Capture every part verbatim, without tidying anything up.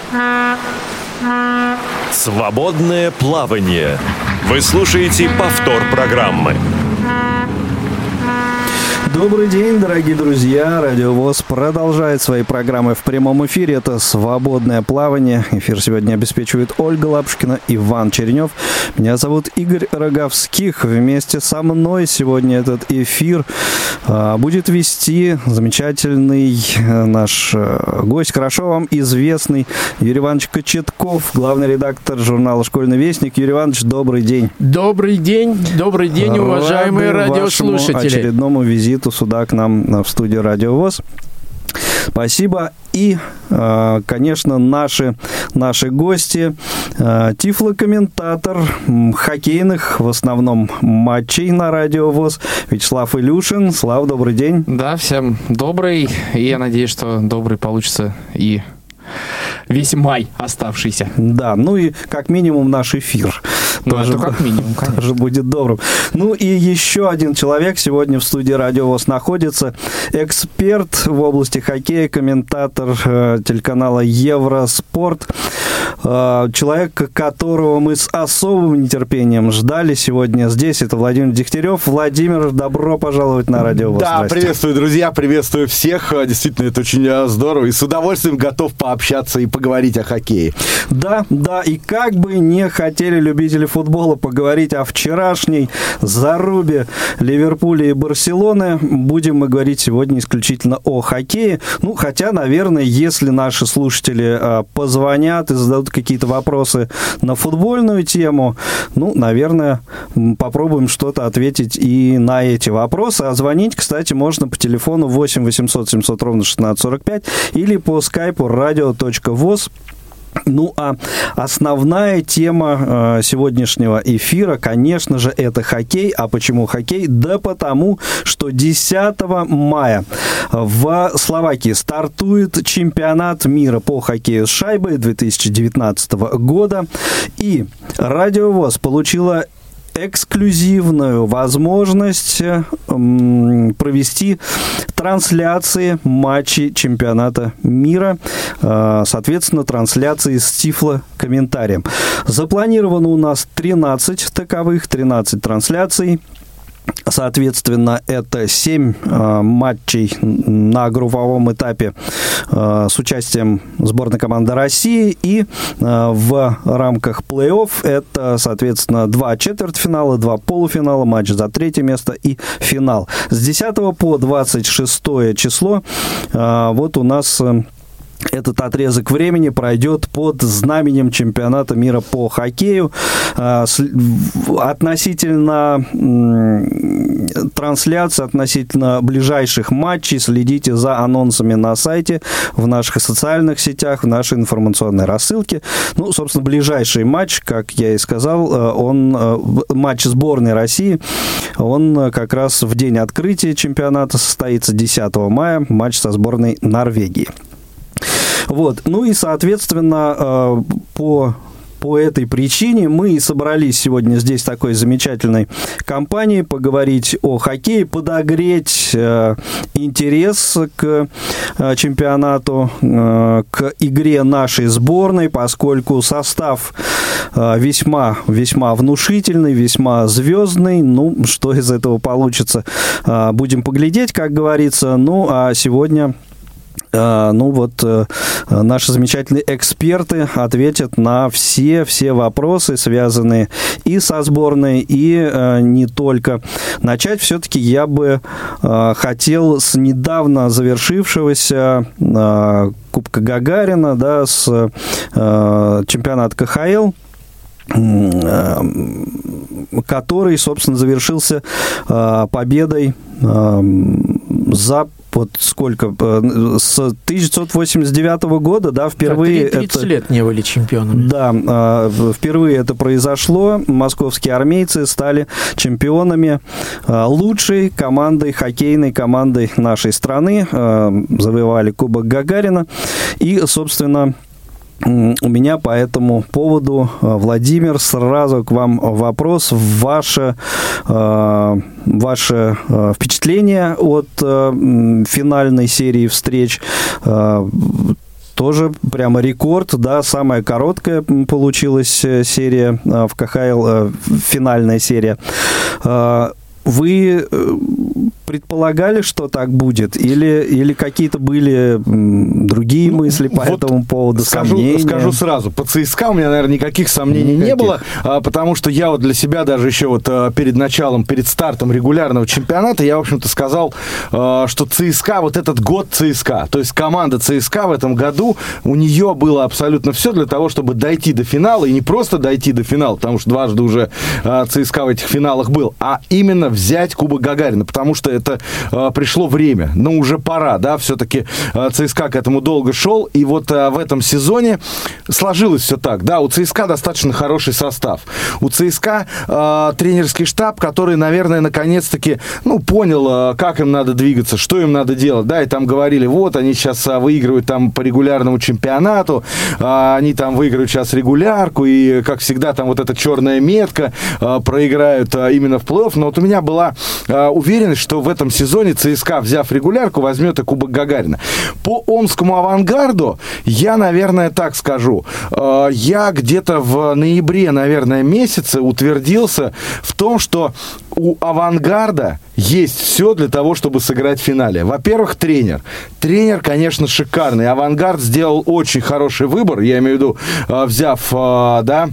Свободное плавание. Вы слушаете повтор программы. Добрый день, дорогие друзья. Радио ВОС продолжает свои программы в прямом эфире. Это «Свободное плавание». Эфир сегодня обеспечивает Ольга Лапушкина, Иван Черенев. Меня зовут Игорь Роговских. Вместе со мной сегодня этот эфир а, будет вести замечательный наш а, гость, хорошо вам известный Юрий Иванович Кочетков, главный редактор журнала «Школьный вестник». Юрий Иванович, добрый день. Добрый день, добрый день, уважаемые Рады радиослушатели. Вашему очередному визиту сюда к нам в студию Радио ВОС. Спасибо. И, конечно, наши, наши гости, тифлокомментатор хоккейных, в основном, матчей на Радио ВОС Вячеслав Илюшин. Слав, добрый день. Да, всем добрый. И я надеюсь, что добрый получится и весь май оставшийся. Да, ну и как минимум наш эфир. Ну, тоже, это как минимум, конечно. Тоже будет добрым. Ну и еще один человек сегодня в студии Радио ВОС находится. Эксперт в области хоккея, комментатор э, телеканала Евроспорт. Э, человек, которого мы с особым нетерпением ждали сегодня здесь. Это Владимир Дегтярев. Владимир, добро пожаловать на Радио ВОС. Да, приветствую, друзья, приветствую всех. Действительно, это очень здорово. И с удовольствием готов пообщаться и поговорить о хоккее. Да, да, и как бы не хотели любители футбола поговорить о вчерашней зарубе Ливерпуля и Барселоны, будем мы говорить сегодня исключительно о хоккее. Ну, хотя, наверное, если наши слушатели а, позвонят и зададут какие-то вопросы на футбольную тему, ну, наверное, попробуем что-то ответить и на эти вопросы. А звонить, кстати, можно по телефону восемь восемьсот семьсот ровно шестнадцать сорок пять или по скайпу радио точка воз. Ну, а основная тема э, сегодняшнего эфира, конечно же, это хоккей. А почему хоккей? Да потому, что десятого мая в Словакии стартует чемпионат мира по хоккею с шайбой две тысячи девятнадцатого года. И Радио ВОС получила эксклюзивную возможность м, провести трансляции матчей чемпионата мира, э, соответственно, трансляции с тифлокомментарием. Запланировано у нас тринадцать таковых, тринадцать трансляций. Соответственно, это семь э, матчей на групповом этапе э, с участием сборной команды России. И э, в рамках плей-офф это, соответственно, два четвертьфинала, два полуфинала, матч за третье место и финал. С десятого по двадцать шестое число э, вот у нас... Э, Этот отрезок времени пройдет под знаменем чемпионата мира по хоккею. Относительно трансляции, относительно ближайших матчей следите за анонсами на сайте, в наших социальных сетях, в нашей информационной рассылке. Ну, собственно, ближайший матч, как я и сказал, он, матч сборной России, он как раз в день открытия чемпионата состоится десятого мая, матч со сборной Норвегии. Вот. Ну и, соответственно, по, по этой причине мы и собрались сегодня здесь такой замечательной компанией поговорить о хоккее, подогреть э, интерес к э, чемпионату, э, к игре нашей сборной, поскольку состав э, весьма, весьма внушительный, весьма звездный. Ну, что из этого получится, э, будем поглядеть, как говорится. Ну, а сегодня... Ну вот наши замечательные эксперты ответят на все, все вопросы, связанные и со сборной, и не только. Начать все-таки я бы хотел с недавно завершившегося Кубка Гагарина, да, с чемпионата ка ха эл, который, собственно, завершился победой за вот сколько, с тысяча девятьсот восемьдесят девятого года, да, впервые... Да, тридцать это, лет не были чемпионами. Да, впервые это произошло. Московские армейцы стали чемпионами лучшей командой, хоккейной командой нашей страны. Завоевали Кубок Гагарина. И, собственно... У меня по этому поводу, Владимир, сразу к вам вопрос. Ваше, ваше впечатление от финальной серии встреч, тоже прямо рекорд, да, самая короткая получилась серия в ка ха эл, финальная серия. Вы предполагали, что так будет? Или, или какие-то были другие ну, мысли по вот этому поводу, скажу, сомнения? Скажу сразу, по ЦСКА у меня, наверное, никаких сомнений никаких. не было, потому что я вот для себя даже еще вот перед началом, перед стартом регулярного чемпионата, я, в общем-то, сказал, что ЦСКА, вот этот год ЦСКА, то есть команда ЦСКА в этом году, у нее было абсолютно все для того, чтобы дойти до финала, и не просто дойти до финала, потому что дважды уже ЦСКА в этих финалах был, а именно взять Кубок Гагарина, потому что это э, пришло время, ну, уже пора, да, все-таки э, ЦСКА к этому долго шел, и вот э, в этом сезоне сложилось все так, да, у ЦСКА достаточно хороший состав, у ЦСКА э, тренерский штаб, который, наверное, наконец-таки, ну, понял, э, как им надо двигаться, что им надо делать, да, и там говорили, вот, они сейчас э, выигрывают там по регулярному чемпионату, э, они там выиграют сейчас регулярку, и, как всегда, там вот эта черная метка, э, проиграют э, именно в плей-офф, но вот у меня была э, уверенность, что в этом сезоне ЦСКА, взяв регулярку, возьмет и Кубок Гагарина. По омскому «Авангарду» я, наверное, так скажу. Э, я где-то в ноябре, наверное, месяце утвердился в том, что у «Авангарда» есть все для того, чтобы сыграть в финале. Во-первых, тренер. Тренер, конечно, шикарный. «Авангард» сделал очень хороший выбор, я имею в виду, э, взяв, э, да,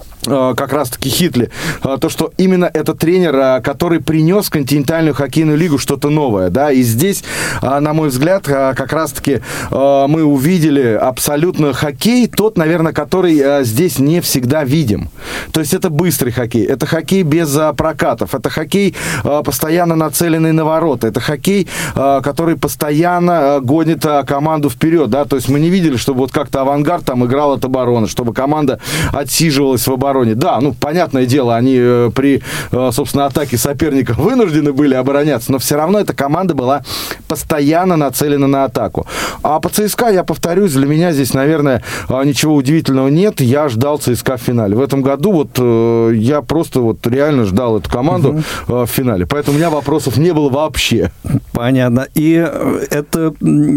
как раз-таки Хитли, то, что именно это тренер, который принес в континентальную хоккейную лигу что-то новое, да, и здесь, на мой взгляд, как раз-таки мы увидели абсолютно хоккей, тот, наверное, который здесь не всегда видим. То есть это быстрый хоккей, это хоккей без прокатов, это хоккей, постоянно нацеленный на ворота, это хоккей, который постоянно гонит команду вперед, да, то есть мы не видели, чтобы вот как-то «Авангард» там играл от обороны, чтобы команда отсиживалась в обороне. Да, ну, понятное дело, они э, при, э, собственно, атаке соперника вынуждены были обороняться, но все равно эта команда была постоянно нацелена на атаку. А по ЦСКА, я повторюсь, для меня здесь, наверное, э, ничего удивительного нет. Я ждал ЦСКА в финале. В этом году вот э, я просто вот реально ждал эту команду э, в финале. Поэтому у меня вопросов не было вообще. Понятно. И это,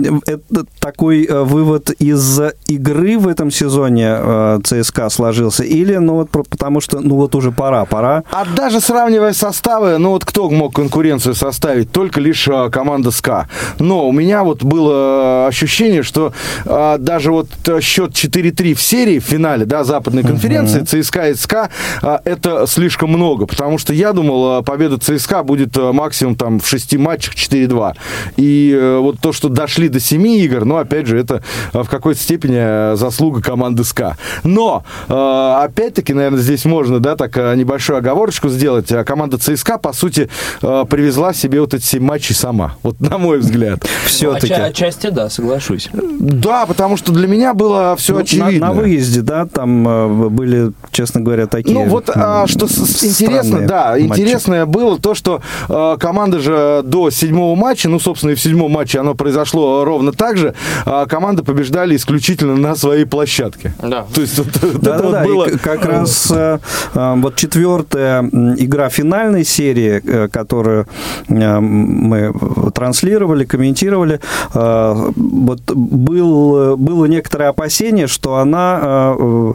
это такой вывод из игры в этом сезоне э, ЦСКА сложился? Или, ну, вот потому что, ну, вот уже пора, пора. А даже сравнивая составы, ну, вот кто мог конкуренцию составить? Только лишь а, команда СКА. Но у меня вот было ощущение, что а, даже вот счет четыре-три в серии, в финале, да, западной конференции, uh-huh. ЦСКА и СКА, а, это слишком много, потому что я думал, победа ЦСКА будет а, максимум там в шести матчах четыре-два. И а, вот то, что дошли до семи игр, ну, опять же, это а, в какой-то степени заслуга команды СКА. Но, а, опять-таки, наверное, здесь можно, да, так небольшую оговорочку сделать. Команда ЦСКА, по сути, привезла себе вот эти семь матчей сама. Вот на мой взгляд. Все-таки. Ну, отчасти, да, соглашусь. Да, потому что для меня было все ну, очевидно. На, на выезде, да, там были, честно говоря, такие. Ну, вот а, что интересно, да, матчи. Интересное было то, что а, команда же до седьмого матча, ну, собственно, и в седьмом матче оно произошло ровно так же, а, команды побеждали исключительно на своей площадке. Да. То есть вот, да, вот да, это да, вот было... как раз вот четвертая игра финальной серии, которую мы транслировали, комментировали, вот был, было некоторое опасение, что она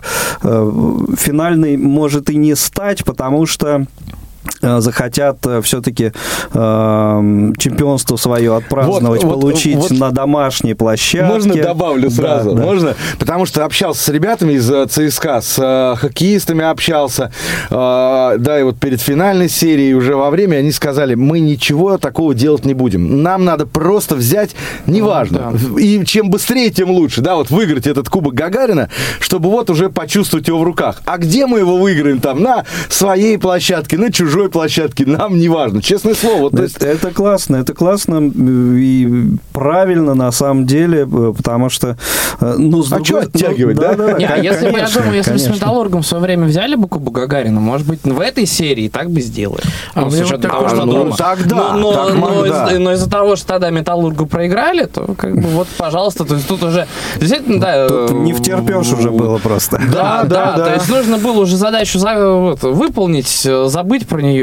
финальной может и не стать, потому что захотят все-таки э, чемпионство свое отпраздновать, вот, получить вот, вот на домашней площадке. Можно добавлю сразу? Да, да. Можно? Потому что общался с ребятами из ЦСКА, с э, хоккеистами общался, э, да, и вот перед финальной серией уже во время они сказали, мы ничего такого делать не будем. Нам надо просто взять, неважно, да. И чем быстрее, тем лучше, да, вот выиграть этот Кубок Гагарина, чтобы вот уже почувствовать его в руках. А где мы его выиграем? Там на своей площадке, на чужой площадке, нам не важно, честное слово. То есть... это, это классно, это классно и правильно на самом деле, потому что... Ну, а другой... что оттягивать, ну, да? да, да, Не, да, если конечно, бы, я думаю, если конечно. бы с «Металлургом» в свое время взяли бы Кубок Гагарина, может быть, в этой серии так бы сделали. А ну, мне вот того, что ну, дома. Тогда, но, но, так но, могу, из, да. но из-за того, что тогда «Металлургу» проиграли, то как бы вот, пожалуйста, то есть тут уже... Действительно, да... Тут не втерпешь уже было просто. Да, да, да, да, да. то есть нужно было уже задачу за, вот, выполнить, забыть про нее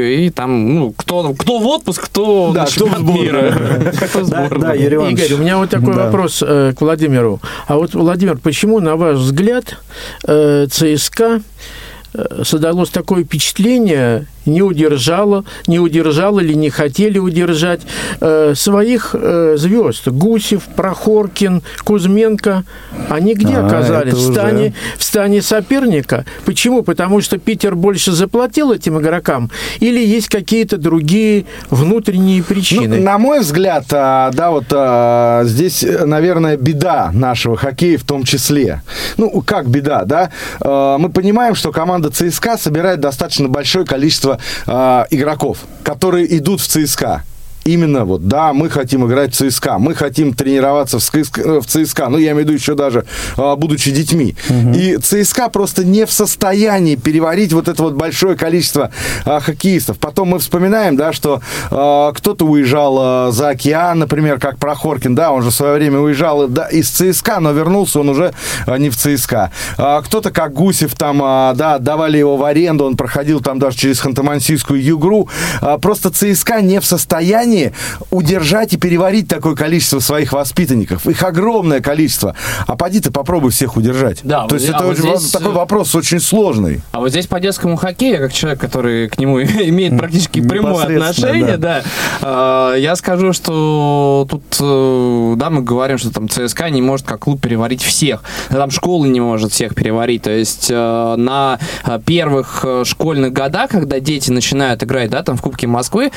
хоккею, и там, ну, кто, кто в отпуск, кто да, на чемпионат мира. Да, да, Юрий Иванович. Игорь, у меня вот такой Да. вопрос э, к Владимиру. А вот, Владимир, почему, на ваш взгляд, э, ЦСКА э, создалось такое впечатление, не удержало, не удержало или не хотели удержать э, своих э, звезд? Гусев, Прохоркин, Кузьменко. Они где А, оказались? это В уже- стане, в стане соперника? Почему? Потому что Питер больше заплатил этим игрокам? Или есть какие-то другие внутренние причины? Ну, на мой взгляд, а, да, вот а, здесь, наверное, беда нашего хоккея в том числе. Ну, как беда, да? А, мы понимаем, что команда ЦСКА собирает достаточно большое количество а, игроков, которые идут в ЦСКА. Именно вот, да, мы хотим играть в ЦСКА, мы хотим тренироваться в ЦСКА, в ЦСКА, ну, я имею в виду еще даже а, будучи детьми. Угу. И ЦСКА просто не в состоянии переварить вот это вот большое количество а, хоккеистов. Потом мы вспоминаем, да, что а, кто-то уезжал а, за океан, например, как Прохоркин, да, он же в свое время уезжал да, из ЦСКА, но вернулся он уже а, не в ЦСКА. А, кто-то, как Гусев, там, а, да, давали его в аренду, он проходил там даже через Ханты-Мансийскую Югру. А, просто ЦСКА не в состоянии удержать и переварить такое количество своих воспитанников. Их огромное количество. А поди ты попробуй всех удержать. Да, То вот есть а это вот очень, здесь... такой вопрос очень сложный. А вот здесь по детскому хоккею, как человек, который к нему имеет практически прямое отношение, да. Да, я скажу, что тут, да, мы говорим, что там ЦСКА не может как клуб переварить всех. Там школа не может всех переварить. То есть на первых школьных годах, когда дети начинают играть, да, там в Кубке Москвы,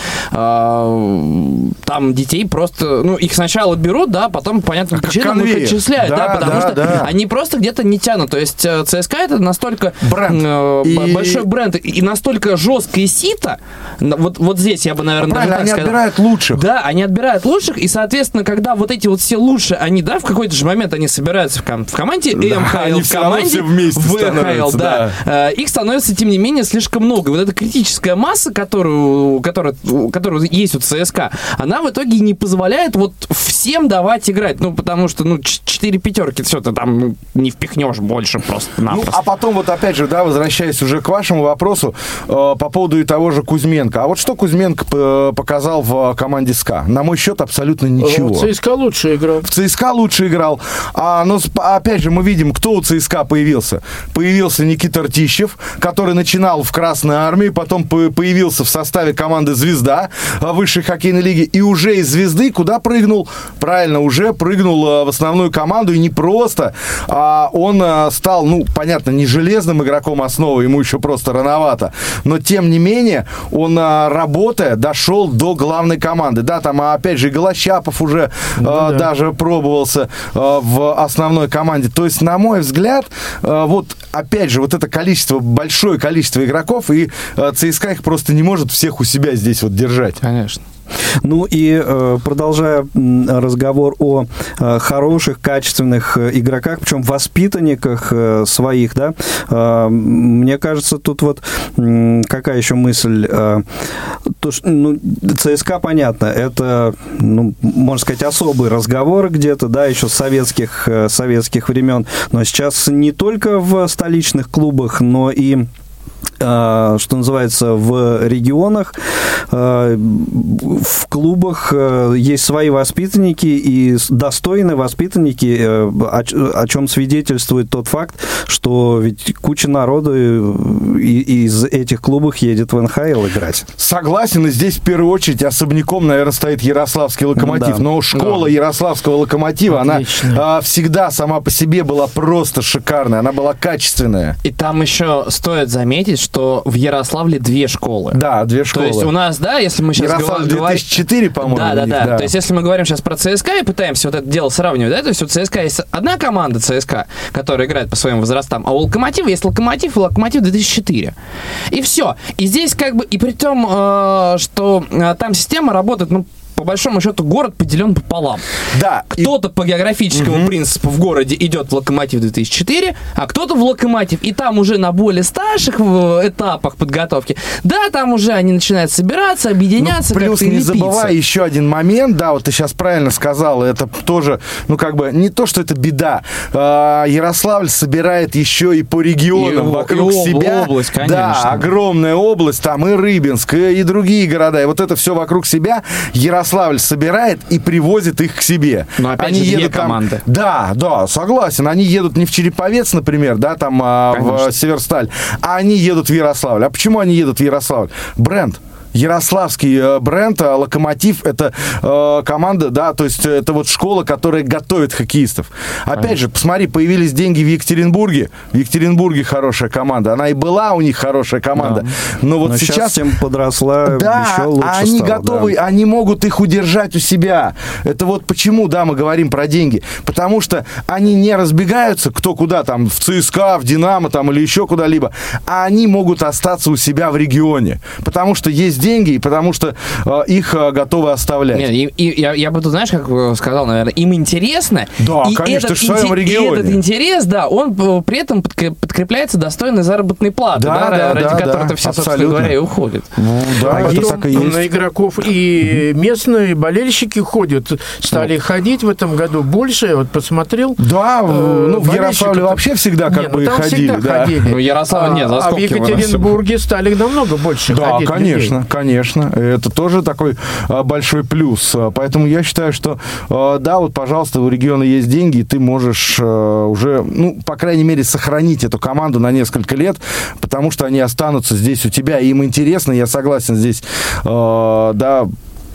там детей просто, ну, их сначала берут, да, потом, понятно, причинам их отчисляют, да, да, потому да, что да. они просто где-то не тянут. То есть ЦСКА это настолько бренд. Э, и... большой бренд и настолько жесткое сито, вот, вот здесь я бы, наверное, Правильно, даже так они сказал. отбирают лучших. Да, они отбирают лучших, и, соответственно, когда вот эти вот все лучшие, они, да, в какой-то же момент они собираются в, ком- в команде да, эн ха эл, в команде в эн ха эл, да, да. Их становится, тем не менее, слишком много. Вот эта критическая масса, которую, которая, которая есть у ЦСКА, она в итоге не позволяет вот всем давать играть. Ну, потому что, ну, четыре пятерки все ты там ну, не впихнешь больше просто-напросто. Ну, а потом вот опять же, да, возвращаясь уже к вашему вопросу э, по поводу и того же Кузьменко. А вот что Кузьменко п- показал в команде СКА? На мой счет абсолютно ничего. В ЦСКА лучше играл. В ЦСКА лучше играл. А, но опять же мы видим, кто у ЦСКА появился. Появился Никита Ртищев, который начинал в Красной Армии, потом появился в составе команды «Звезда» высшей хоккейной лиги, и уже из «Звезды» куда прыгнул? Правильно, уже прыгнул в основную команду, и не просто, а он стал, ну, понятно, не железным игроком основы, ему еще просто рановато, но тем не менее, он, работая, дошел до главной команды. Да, там, опять же, и Голощапов уже ну, а, да. даже пробовался а, в основной команде. То есть, на мой взгляд, а, вот, опять же, вот это количество, большое количество игроков, и а, ЦСКА их просто не может всех у себя здесь вот держать. Конечно. Ну и продолжая разговор о хороших, качественных игроках, причем воспитанниках своих, да, мне кажется, тут вот какая еще мысль, то, что, ну, ЦСКА, понятно, это, ну, можно сказать, особый разговор где-то, да, еще с советских, советских времен, но сейчас не только в столичных клубах, но и что называется, в регионах, в клубах есть свои воспитанники и достойные воспитанники, о чем свидетельствует тот факт, что ведь куча народу из этих клубов едет в эн ха эл играть. Согласен, и здесь в первую очередь особняком, наверное, стоит Ярославский Локомотив. Да. Но школа да. Ярославского Локомотива, Отлично. Она всегда сама по себе была просто шикарная, она была качественная. И там еще стоит заметить, что в Ярославле две школы. Да, две школы. То есть у нас, да, если мы сейчас Ярославль две тысячи четыре, по-моему. Да, да, них, да, да. То есть если мы говорим сейчас про ЦСКА и пытаемся вот это дело сравнивать, да, то есть у ЦСКА есть одна команда ЦСКА, которая играет по своим возрастам, а у Локомотива есть Локомотив и Локомотив две тысячи четыре. И все. И здесь как бы, и при том, э, что э, там система работает, ну, по большому счету город поделен пополам. Да. Кто-то и... по географическому угу. принципу в городе идет в Локомотив две тысячи четыре, а кто-то в Локомотив. И там уже на более старших этапах подготовки, да, там уже они начинают собираться, объединяться. Ну, плюс не лепиться. забывай еще один момент, да, вот ты сейчас правильно сказал, это тоже, ну, как бы, не то, что это беда. Ярославль собирает еще и по регионам и, вокруг и себя. Область, конечно. Да, огромная область, там и Рыбинск, и, и другие города. И вот это все вокруг себя Ярославль собирает и привозит их к себе. Но опять они же, едут две команды. Там, да, да, согласен. Они едут не в Череповец, например, да, там а, в Северсталь, а они едут в Ярославль. А почему они едут в Ярославль? Бренд. Ярославский э, бренд, а «Локомотив» — это э, команда, да, то есть это вот школа, которая готовит хоккеистов. Опять а. же, посмотри, появились деньги в Екатеринбурге. В Екатеринбурге хорошая команда. Она и была у них хорошая команда. Да. Но вот Но сейчас... сейчас тем подросла, да, еще лучше а они стало, готовы, да. они могут их удержать у себя. Это вот почему, да, мы говорим про деньги. Потому что они не разбегаются, кто куда там, в ЦСКА, в Динамо там или еще куда-либо, а они могут остаться у себя в регионе. Потому что есть деньги, и потому что э, их э, готовы оставлять. Нет, и, и, я, я бы тут, знаешь, как сказал, наверное, им интересно. Да, и конечно, этот, в своем инте- регионе. И этот интерес, да, он при этом подкрепляется достойной заработной платой, да, да, да, ради да, которой да, все, абсолютно. собственно говоря, и уходят. Ну, да, а это потом так и есть. на игроков и местные болельщики ходят, стали ну. ходить в этом году больше, я вот посмотрел. Да, э, ну, в Ярославле вообще всегда как не, бы ну, там ходили. Да. ходили. Ну, Ярославль, а, нет, за а в Екатеринбурге стали намного больше да, ходить. Да, конечно, людей. конечно. Это тоже такой а, большой плюс. Поэтому я считаю, что а, да, вот, пожалуйста, у региона есть деньги, и ты можешь а, уже, ну, по крайней мере, сохранить эту команду на несколько лет, потому что они останутся здесь у тебя, и им интересно, я согласен здесь, а, да,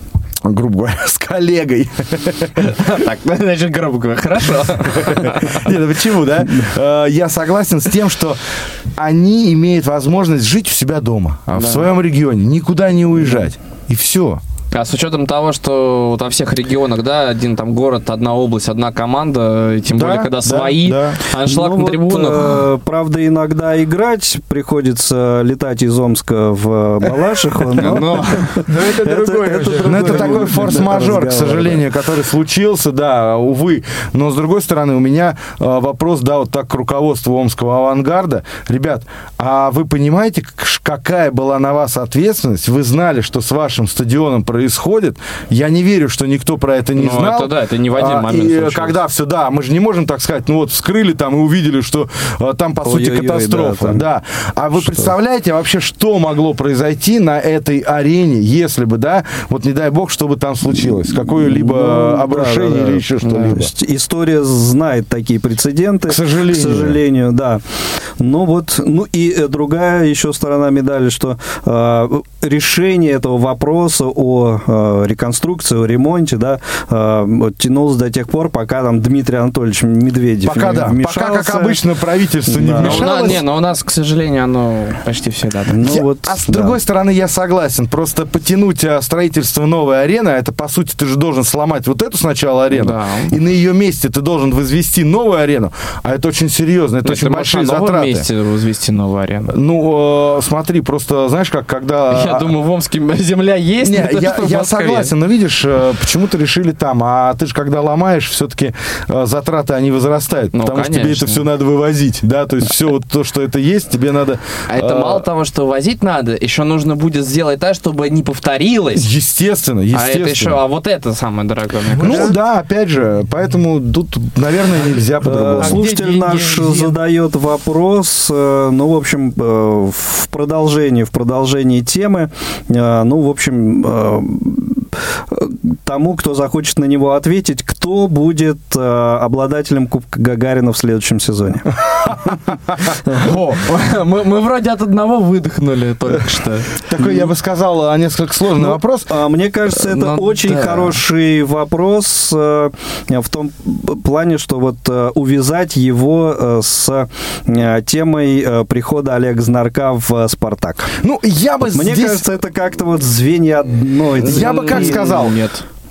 грубо говоря, с коллегой. Так, значит, грубо говоря, хорошо. Нет, ну почему, да? Я согласен с тем, что они имеют возможность жить у себя дома, в своем регионе, никуда не уезжать. И все. А с учетом того, что вот во всех регионах, да, один там город, одна область, одна команда, и тем да, более, когда да, свои, да. аншлаг ну, на вот, трибунах. Э, правда, иногда играть приходится летать из Омска в Балашиху, но это другое. Но это такой форс-мажор, к сожалению, который случился, да, увы. Но, с другой стороны, у меня вопрос, да, вот так к руководству Омского «Авангарда». Ребят, а вы понимаете, какая была на вас ответственность? Вы знали, что с вашим стадионом происходит? происходит. Я не верю, что никто про это не ну, знал. Это да, это не в один момент И случилось. когда все, да, мы же не можем так сказать, ну вот вскрыли там и увидели, что а, там, по Ой-ой-ой, сути, катастрофа. Да, да. А вы что? Представляете вообще, что могло произойти на этой арене, если бы, да, вот не дай бог, что бы там случилось? Какое-либо ну, обрушение да, да, да. или еще что-либо? Да. История знает такие прецеденты. К сожалению. К сожалению, да. Ну вот, ну и другая еще сторона медали, что э, решение этого вопроса о реконструкции, о ремонте, да, тянулось до тех пор, пока там Дмитрий Анатольевич Медведев пока, не да. вмешался. Пока, как обычно, правительство да. не вмешалось. вмешалось. Но, не, но у нас, к сожалению, оно почти всегда. Ну, я, вот, а с да. другой стороны, я согласен. Просто потянуть строительство новой арены, это, по сути, ты же должен сломать вот эту сначала арену, да. и на ее месте ты должен возвести новую арену, а это очень серьезно, это но очень большие затраты. На новом месте возвести новую арену? Ну, э, смотри, просто, знаешь, как, когда... Я думаю, в Омске земля есть. Не, я, я согласен, но видишь, почему-то решили там, а ты же когда ломаешь, все-таки затраты, они возрастают, ну, потому конечно. Что тебе это все надо вывозить, да, то есть все вот то, что это есть, тебе надо... А это а... мало того, что возить надо, еще нужно будет сделать так, чтобы не повторилось. Естественно, естественно. А это еще, а вот это самое дорогое. Ну да, опять же, поэтому тут, наверное, нельзя по-другому. А Слушатель наш задает вопрос, ну, в общем, в продолжении, в продолжении темы, ну, в общем... тому, кто захочет на него ответить, кто будет э, обладателем Кубка Гагарина в следующем сезоне. Мы вроде от одного выдохнули только что. Такой, я бы сказал, несколько сложный вопрос. Мне кажется, это очень хороший вопрос в том плане, что вот увязать его с темой прихода Олега Знарка в «Спартак». Ну, я бы Мне кажется, это как-то вот звенья одной. Я бы как сказал? Нет.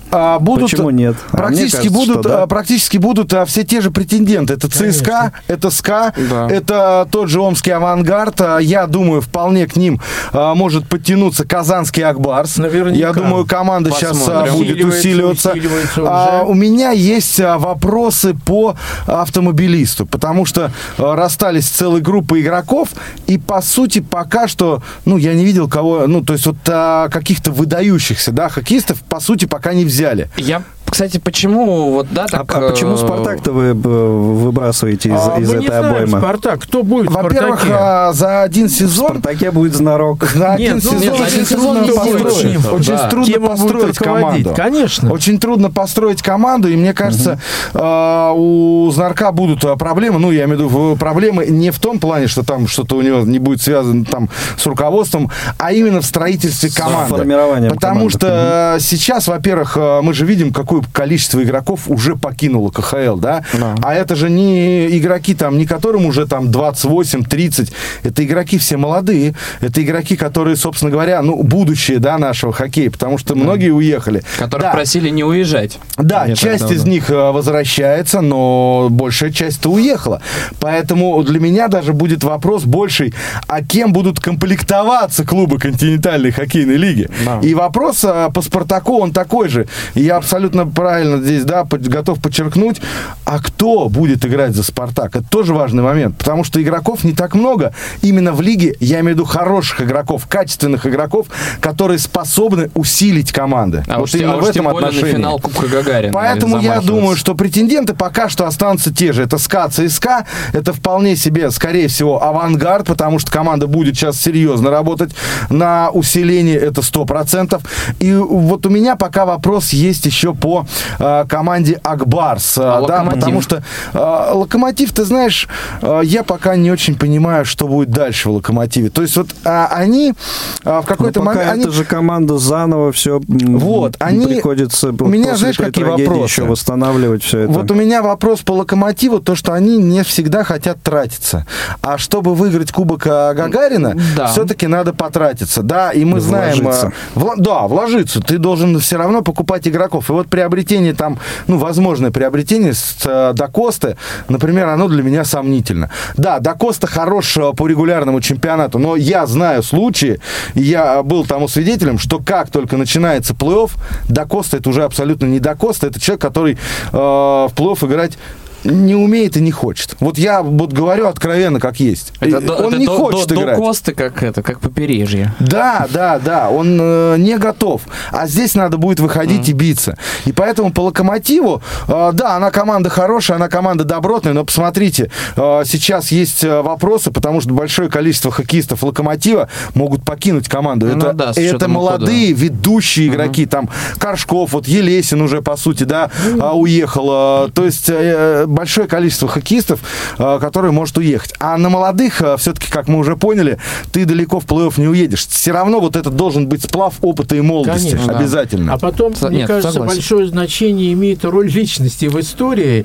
а, будут... Почему нет? А Практически, кажется, будут, что, да. практически будут а, все те же претенденты. Это ЦСКА, это СКА, да. это тот же Омский Авангард. А, я думаю, вполне к ним а, может подтянуться Казанский Акбарс. Наверняка. Я думаю, команда сейчас а, будет Усиливается, усиливаться. усиливается А, уже. у меня есть а, вопросы по автомобилисту, потому что а, расстались с целой группой игроков, и, по сути, пока что, ну, я не видел кого, ну, то есть вот а, каких-то выдающихся, да, хоккеистов, по сути, пока не взяли. Я, кстати, почему вот, да, так... А, а почему Спартак-то вы выбрасываете из, А из мы этой не знаем, обоймы? Спартак. Кто будет в Во-первых, Спартаке? а, за один В сезон... Спартаке будет знарок. За один Нет, ну, сезон нет, за очень один сезон трудно не построить. будет. Очень Да. трудно Кем он будет построить руководить? команду. Конечно. Очень трудно построить команду, и мне кажется, э, у Знарка будут э, проблемы. Ну, я имею в виду проблемы не в том плане, что там что-то у него не будет связано там с руководством, а именно в строительстве команды. формированием Потому команды. что э, сейчас, во-первых, э, мы же видим, какое количество игроков уже покинуло ка ха эл, да? Да. А это же не игроки, там, не которым уже там двадцать восемь тридцать. Это игроки все молодые. Это игроки, которые, собственно говоря, ну, будущее, да, нашего хоккея, потому что многие уехали. Которых Да. просили не уезжать. Да, Не часть так из давно. них э, возвращается, но большая часть-то уехала. Поэтому для меня даже будет вопрос больший, а кем будут комплектоваться клубы континентальной хоккейной лиги? Да. И вопрос э, по Спартаку, он такой же. И я абсолютно правильно здесь, да, под- готов подчеркнуть, а кто будет играть за Спартак? Это тоже важный момент, потому что игроков не так много. Именно в лиге, я имею в виду хороших игроков, качественных игроков, которые способны усилить команды. А Вот уж, именно а в уж этом тем более отношении. на финал Кубка Гагарина. Поэтому я замахиваться. думаю, что претенденты пока что останутся те же. Это СКА, ЦСКА. Это вполне себе, скорее всего, Авангард, потому что команда будет сейчас серьезно работать на усиление. Это сто процентов. И вот у меня пока вопрос есть еще по э, команде Акбарс. А да, Локомотив? потому что э, Локомотив, ты знаешь, э, я пока не очень понимаю, что будет дальше в Локомотиве. То есть вот а, они э, в какой-то Но пока момент... они- это же команда заново все Вот, они- приходится у меня, после знаешь, той какие трагедии вопросы? еще восстанавливать все это. Вот у меня вопрос по Локомотиву, то, что они не всегда хотят тратиться. А чтобы выиграть Кубок а, Гагарина, Да. все-таки надо потратиться. Да, и мы И знаем... вложиться. а, вла- да, вложиться. Ты должен все равно покупать игроков. И вот приобретение там, ну, возможное приобретение с а, Дакосты, например, оно для меня сомнительно. Да, Дакоста хорош а, по регулярному чемпионату, но я знаю случаи, и я был тому свидетелем, что как только начинается плей-офф, Дакоста это уже абсолютно не Дакоста, это человек, который э, в плей-офф играть не умеет и не хочет. Вот я вот говорю откровенно, как есть. Это И до- он это не до- хочет до- до играть. Косты, как это, как побережье. Да, да, да, он э, не готов. А здесь надо будет выходить и биться. И поэтому по Локомотиву, э, да, она команда хорошая, она команда добротная, но посмотрите, э, сейчас есть э, вопросы, потому что большое количество хоккеистов Локомотива могут покинуть команду. Ну это да, с это учетом молодые, ведущие игроки, там Коршков, вот Елесин уже, по сути, да, а, уехал. э, То есть э, большое количество хоккеистов, э, которые может уехать. А на молодых, э, все-таки, как мы уже поняли, ты далеко в плей-офф не уедешь. Все равно вот это должен быть сплав опыта и молодости. Конечно. Обязательно. А потом, Со- мне нет, кажется, согласен. большое значение имеет роль личности в истории.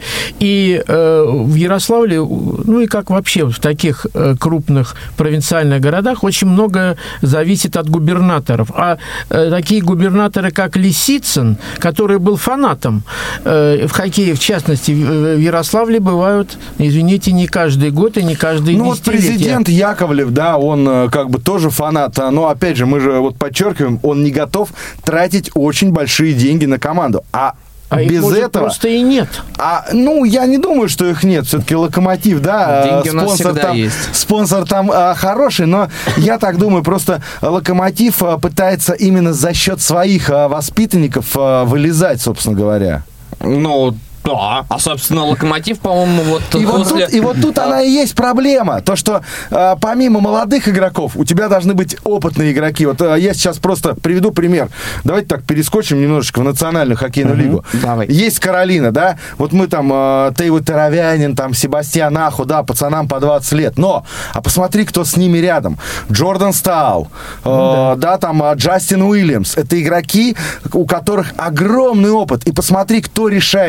И э, в Ярославле, ну и как вообще в таких э, крупных провинциальных городах, очень многое зависит от губернаторов. А э, такие губернаторы, как Лисицын, который был фанатом э, в хоккее, в частности, в в Ярославле, бывают, извините, не каждый год и не каждый Ну вот десятилетие. президент Яковлев, да, он э, как бы тоже фанат, а, но опять же, мы же вот подчеркиваем, он не готов тратить очень большие деньги на команду. А А их, без может, этого... просто и нет. А, ну, я не думаю, что их нет. Все-таки Локомотив, да, Деньги э, у нас спонсор всегда там, есть. спонсор там э, хороший, но я так думаю, просто Локомотив э, пытается именно за счет своих э, воспитанников э, вылезать, собственно говоря. Ну, да. А, собственно, Локомотив, по-моему, вот И вот, после... тут, и вот тут она и есть проблема. То, что э, помимо молодых игроков, у тебя должны быть опытные игроки. Вот э, я сейчас просто приведу пример. Давайте так перескочим немножечко в национальную хоккейную лигу. Давай. Есть Каролина, да? Вот мы там, э, Тейво Таравянин, там, Себастьян Аху, да, пацанам по двадцать лет. Но, а посмотри, кто с ними рядом. Джордан Стау, э, да. да, там, э, Джастин Уильямс. Это игроки, у которых огромный опыт. И посмотри, кто решает в этих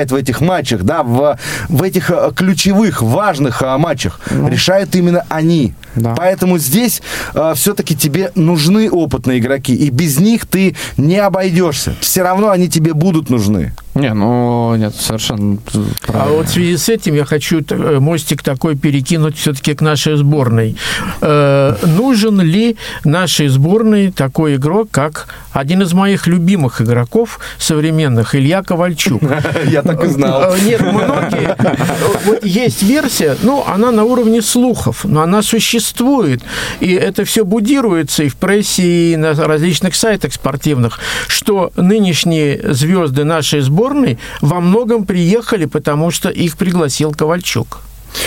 матчах, да, в, в этих ключевых, важных матчах ну. решают именно они. Да. Поэтому здесь э, все-таки тебе нужны опытные игроки, и без них ты не обойдешься. Все равно они тебе будут нужны. Не, ну, нет, совершенно правильно. А вот в связи с этим я хочу мостик такой перекинуть все-таки к нашей сборной. Э, нужен ли нашей сборной такой игрок, как один из моих любимых игроков современных, Илья Ковальчук? Я так и знал. Нет, многие... Вот есть версия, ну, она на уровне слухов, но она существует, и это все будируется и в прессе, и на различных сайтах спортивных, что нынешние звезды нашей сборной во многом приехали, потому что их пригласил Ковальчук.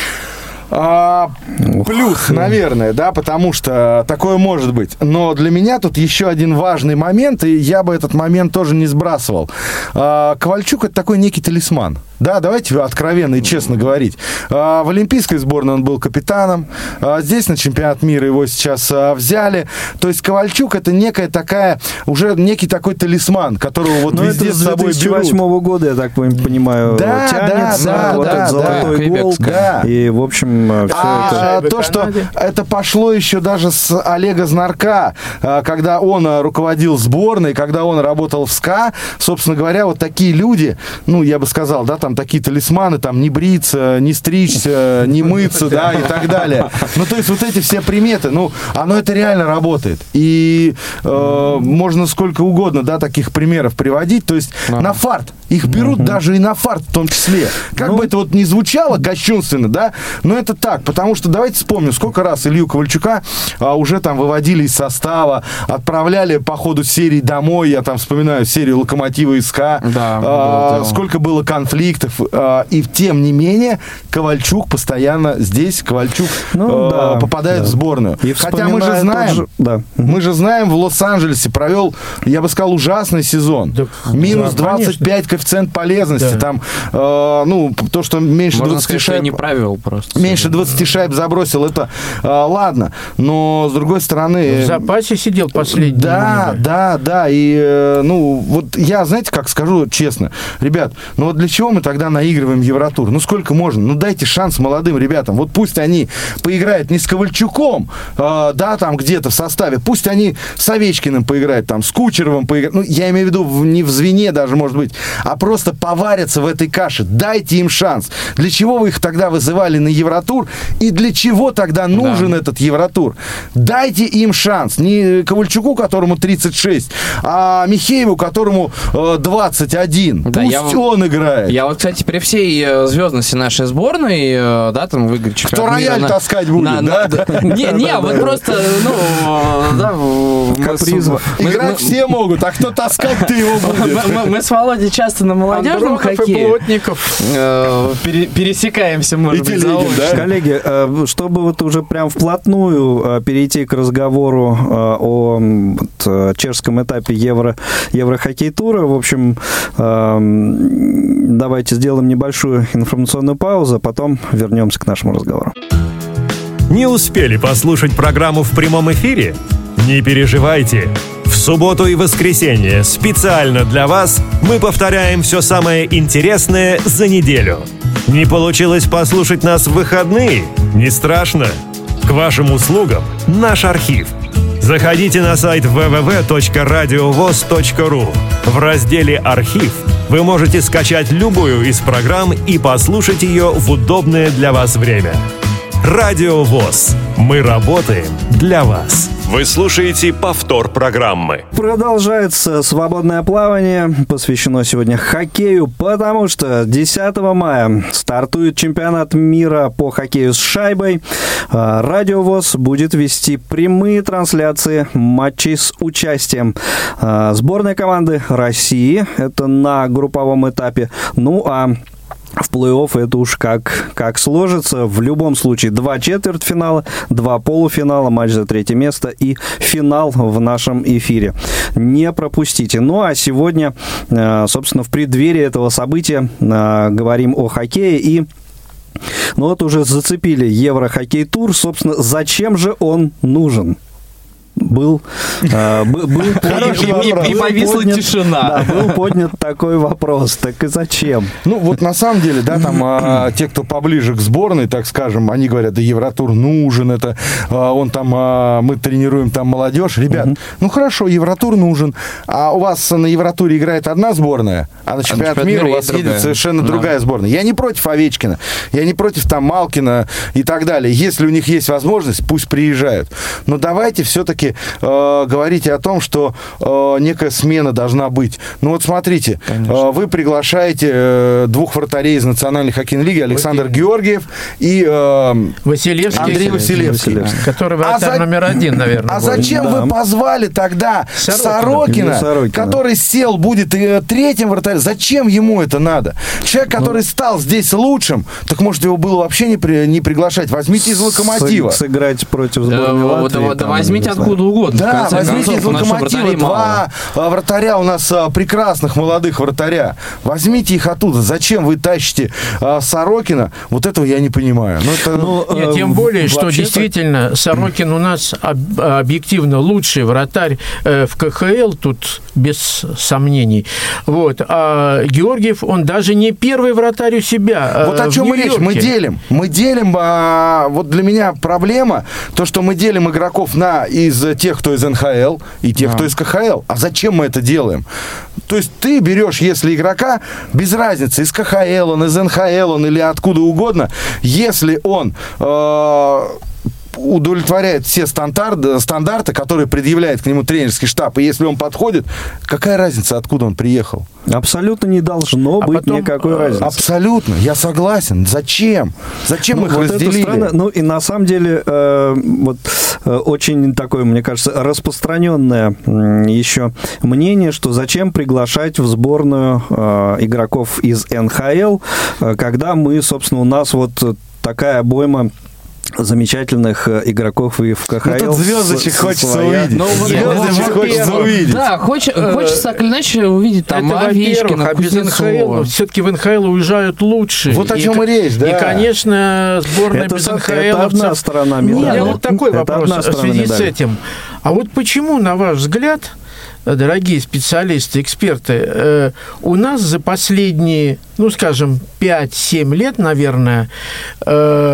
А, плюс, наверное, да, потому что такое может быть. Но для меня тут еще один важный момент, и я бы этот момент тоже не сбрасывал. А, Ковальчук – это такой некий талисман. Да, давайте откровенно и честно говорить. А, в олимпийской сборной он был капитаном. А, здесь на чемпионат мира его сейчас а, взяли. То есть Ковальчук – это некая такая, уже некий такой талисман, которого вот Но везде с собой берут. две тысячи восьмого года, я так понимаю, да, тянется. Да, вот да, этот золотой да, гол. Да. И, в общем, все а, это... То, что это пошло еще даже с Олега Знарка, когда он руководил сборной, когда он работал в СКА, собственно говоря, вот такие люди, ну, я бы сказал, да, там такие талисманы, там, не бриться, не стричься, не мыться, да, и так далее. Ну, то есть вот эти все приметы, ну, оно это реально работает. И э, можно сколько угодно, да, таких примеров приводить, то есть ага. на фарт. Их берут uh-huh. даже и на фарт в том числе. Как ну, бы это вот ни звучало кощунственно, да, но это так, потому что давайте вспомним, сколько раз Илью Ковальчука а, уже там выводили из состава, отправляли по ходу серии домой, я там вспоминаю серию «Локомотива СКА», да, а, сколько было конфликтов, а, и тем не менее Ковальчук постоянно здесь, Ковальчук ну, а, да, попадает да. в сборную. И хотя мы же знаем, же, да. мы же знаем, в Лос-Анджелесе провел, я бы сказал, ужасный сезон. Да, минус да, двадцать пять коэффициент полезности, да. там, э, ну, то, что меньше Можно двадцати сказать, шайб... не правил просто. Меньше двадцати шайб забросил, это э, ладно, но, с другой стороны... В запасе сидел последний. Да, момент. да, да, и, э, ну, вот я, знаете, как скажу честно, ребят, ну, вот для чего мы тогда наигрываем Евротур? Ну, сколько можно? Ну, дайте шанс молодым ребятам, вот пусть они поиграют не с Ковальчуком, э, да, там, где-то в составе, пусть они с Овечкиным поиграют, там, с Кучеровым поиграют, ну, я имею в виду не в звене даже, может быть, а просто поварятся в этой каше. Дайте им шанс. Для чего вы их тогда вызывали на Евротур? И для чего тогда нужен да. этот Евротур? Дайте им шанс. Не Ковальчуку, которому тридцать шесть, а Михееву, которому э, двадцать один. Да, Пусть я, он играет. Я вот, кстати, при всей звездности нашей сборной, э, да, там выиграть чемпионат Кто рояль на, таскать будет, на, да? На, не, не, вот просто, ну, да, играть все могут, а кто таскать, ты его будешь. Мы с Володей часто на молодежном хоккее. Плотников. Пересекаемся, может быть, да? Коллеги, чтобы вот уже прям вплотную перейти к разговору о вот, чешском этапе Евро, Еврохоккей-тура, в общем, давайте сделаем небольшую информационную паузу, а потом вернемся к нашему разговору. Не успели послушать программу в прямом эфире? Не переживайте. В субботу и воскресенье специально для вас мы повторяем все самое интересное за неделю. Не получилось послушать нас в выходные? Не страшно. К вашим услугам наш архив. Заходите на сайт дабл ю дабл ю дабл ю точка радиовос точка ру. В разделе «Архив» вы можете скачать любую из программ и послушать ее в удобное для вас время. Радио ВОС. Мы работаем для вас. Вы слушаете повтор программы. Продолжается свободное плавание. Посвящено сегодня хоккею, потому что десятого мая стартует чемпионат мира по хоккею с шайбой. Радио ВОС будет вести прямые трансляции матчей с участием сборной команды России. Это на групповом этапе. Ну, а в плей-офф это уж как, как сложится. В любом случае, два четвертьфинала, два полуфинала, матч за третье место и финал в нашем эфире. Не пропустите. Ну, а сегодня, собственно, в преддверии этого события говорим о хоккее и... Ну, вот уже зацепили Еврохоккей-тур. Собственно, зачем же он нужен? был, э, был, был поднят, и, и, и повисла поднят, тишина. Да, был поднят такой вопрос. Так и зачем? Ну, вот на самом деле, да, там а, те, кто поближе к сборной, так скажем, они говорят, да, Евротур нужен, это а, он там, а, мы тренируем там молодежь. Ребят, uh-huh. ну хорошо, Евротур нужен, а у вас на Евротуре играет одна сборная, а на чемпионат а мира у вас едет другая. совершенно да. другая сборная. Я не против Овечкина, я не против там Малкина и так далее. Если у них есть возможность, пусть приезжают. Но давайте все-таки э, говорите о том, что э, некая смена должна быть. Ну вот смотрите, э, вы приглашаете э, двух вратарей из Национальной хоккейной лиги, Александр Василий. Георгиев и э, Василевский, Андрей Василевский, Василевский. Который вратарь а за... номер один, наверное. А зачем да. вы позвали тогда Сорокина, Сорокина, Сорокина, который сел, будет э, третьим вратарем? Зачем ему это надо? Человек, который ну, стал здесь лучшим, так может его было вообще не, при, не приглашать. Возьмите из Локомотива. Сыграть против сборной Латвии. Да, да, там, возьмите откуда угодно. Да, возьмите из Локомотива два мало. вратаря у нас прекрасных молодых вратаря. Возьмите их оттуда. Зачем вы тащите а, Сорокина? Вот этого я не понимаю. Ну, это, ну, Нет, тем более, что действительно Сорокин у нас об, объективно лучший вратарь э, в ка ха эл, тут без сомнений. Вот. А Георгиев, он даже не первый вратарь у себя. Вот о чем мы речь. Мы делим. Мы делим. А, вот для меня проблема, то, что мы делим игроков на из тех, кто из эн ха эл, и тех, да. кто из ка ха эл. А зачем мы это делаем? То есть ты берешь, если игрока, без разницы, из ка ха эл, он из эн ха эл, он или откуда угодно, если он... Э- удовлетворяет все стандарты, стандарты, которые предъявляет к нему тренерский штаб. И если он подходит, какая разница, откуда он приехал? Абсолютно не должно а быть потом, никакой разницы. Абсолютно, я согласен. Зачем? Зачем ну, их вот разделили? Странно, ну и на самом деле э, вот э, очень такое, мне кажется, распространенное э, еще мнение, что зачем приглашать в сборную э, игроков из эн ха эл, э, когда мы, собственно, у нас вот такая обойма замечательных игроков и в ка ха эл. Ну, тут звездочек хочется увидеть. Звездочек хочется увидеть. Да, хоч, хочется так или иначе увидеть там Овечкина, Кузнецова. Все-таки в эн ха эл уезжают лучше. Вот о чем и речь, да. И, конечно, сборная это, без эн ха эл. Это одна сторона медали. Нет, вот такой вопрос в связи с этим. А вот почему, на ваш взгляд, дорогие специалисты, эксперты, э, у нас за последние, ну, скажем, пять-семь лет, наверное, э,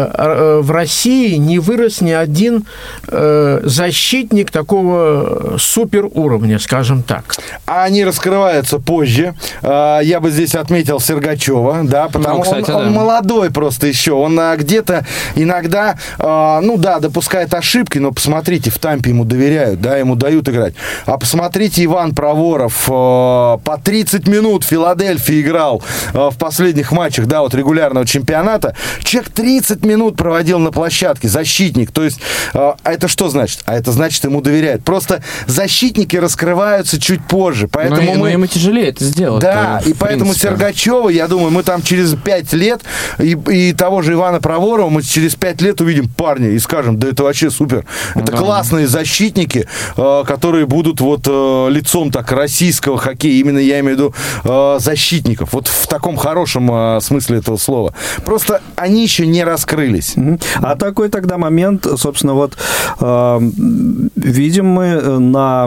э, в России не вырос ни один э, защитник такого суперуровня, скажем так. А они раскрываются позже. Э, я бы здесь отметил Сергачева, да, потому что ну, он, да. он молодой просто еще. Он а, где-то иногда, э, ну да, допускает ошибки, но посмотрите, в Тампе ему доверяют, да, ему дают играть. А посмотрите, Иван Проворов э, по тридцать минут в Филадельфии играл э, в последних матчах, да, вот регулярного чемпионата. Человек тридцать минут проводил на площадке, защитник. То есть, э, а это что значит? А это значит, ему доверяют. Просто защитники раскрываются чуть позже. Поэтому но, мы... но ему тяжелее это сделать. Да, и поэтому Сергачева, я думаю, мы там через пять лет и, и того же Ивана Проворова мы через пять лет увидим парня и скажем, да это вообще супер. Это да. классные защитники, э, которые будут вот э, лицом так российского хоккея, именно я имею в виду э, защитников, вот в таком хорошем э, смысле этого слова. Просто они еще не раскрылись. А такой тогда момент, собственно, вот э, видим мы на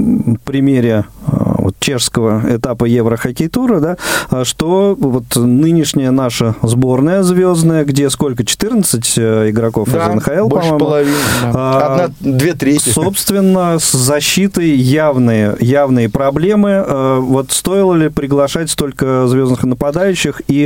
примере э, вот, чешского этапа Еврохоккей-тура, да, что вот нынешняя наша сборная звездная, где сколько, четырнадцать игроков да, из эн ха эл, больше по-моему? половины. Да. Одна, две трети. Собственно, с защитой явные, явные проблемы. Вот стоило ли приглашать столько звездных нападающих и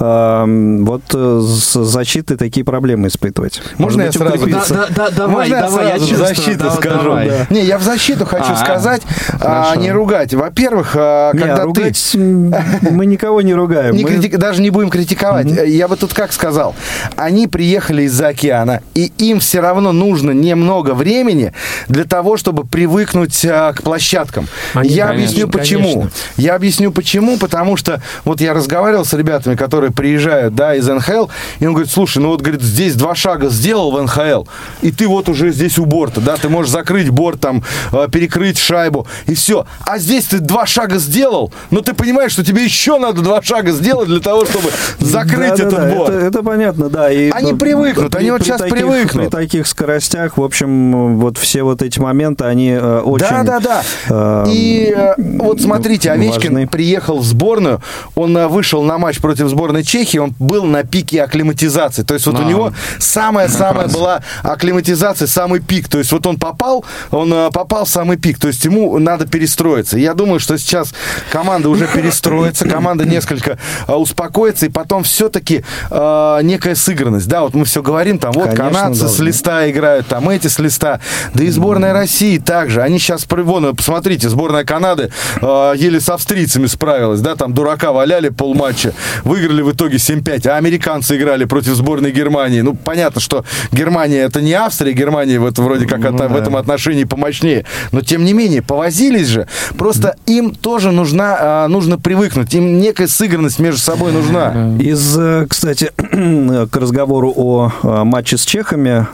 вот с защитой такие проблемы испытывать? Можно Может я быть, сразу? Да, да, да, давай, Можно давай, я сразу я защиту да, скажу? Давай. Да. Не, я в защиту хочу А-а-а. сказать, а, не ругать. Во-первых, не, когда ругать ты... мы никого не ругаем. Не мы... критик... Даже не будем критиковать. Mm-hmm. Я бы тут как сказал. Они приехали из-за океана, и им все равно нужно немного времени для того, чтобы привыкнуть а, к площадкам. Они, я конечно, объясню почему. Конечно. Я объясню почему, потому что вот я разговаривал с ребятами, которые приезжают, да, из эн ха эл, и он говорит, слушай, ну вот, говорит, здесь два шага сделал в эн ха эл, и ты вот уже здесь у борта, да, ты можешь закрыть борт, там, перекрыть шайбу, и все. А здесь ты два шага сделал, но ты понимаешь, что тебе еще надо два шага сделать для того, чтобы закрыть да, этот да, борт. Это, это понятно, да. И они привыкнут, при, они вот сейчас таких, привыкнут. При таких скоростях, в общем, вот все вот эти моменты, они э, очень... Да, да, да. Э, и э, вот смотрите, Овечкин важны. Приехал в сборную, он э, вышел на матч против сборной Чехии, он был на пике акклиматизации. То есть вот а, у него самая-самая была акклиматизация, самый пик. То есть вот он попал, он э, попал в самый пик. То есть ему надо перестроиться. Я думаю, что сейчас команда уже перестроится, команда несколько э, успокоится, и потом все-таки э, некая сыгранность. Да, вот мы все говорим, там вот Конечно, канадцы должны. С листа играют, там эти с листа. Да и сборная России также. Они сейчас, вон, посмотрите, сборная Канады э, еле с австрийцами справилась, да, там дурака валяли полматча, выиграли в итоге семь пять, а американцы играли против сборной Германии. Ну, понятно, что Германия это не Австрия, Германия в, это, вроде как ну, это, да. в этом отношении помощнее, но тем не менее, повозились же, просто им тоже нужна, э, нужно привыкнуть, им некая сыгранность между собой нужна. Из, кстати, к разговору о матче с чехами,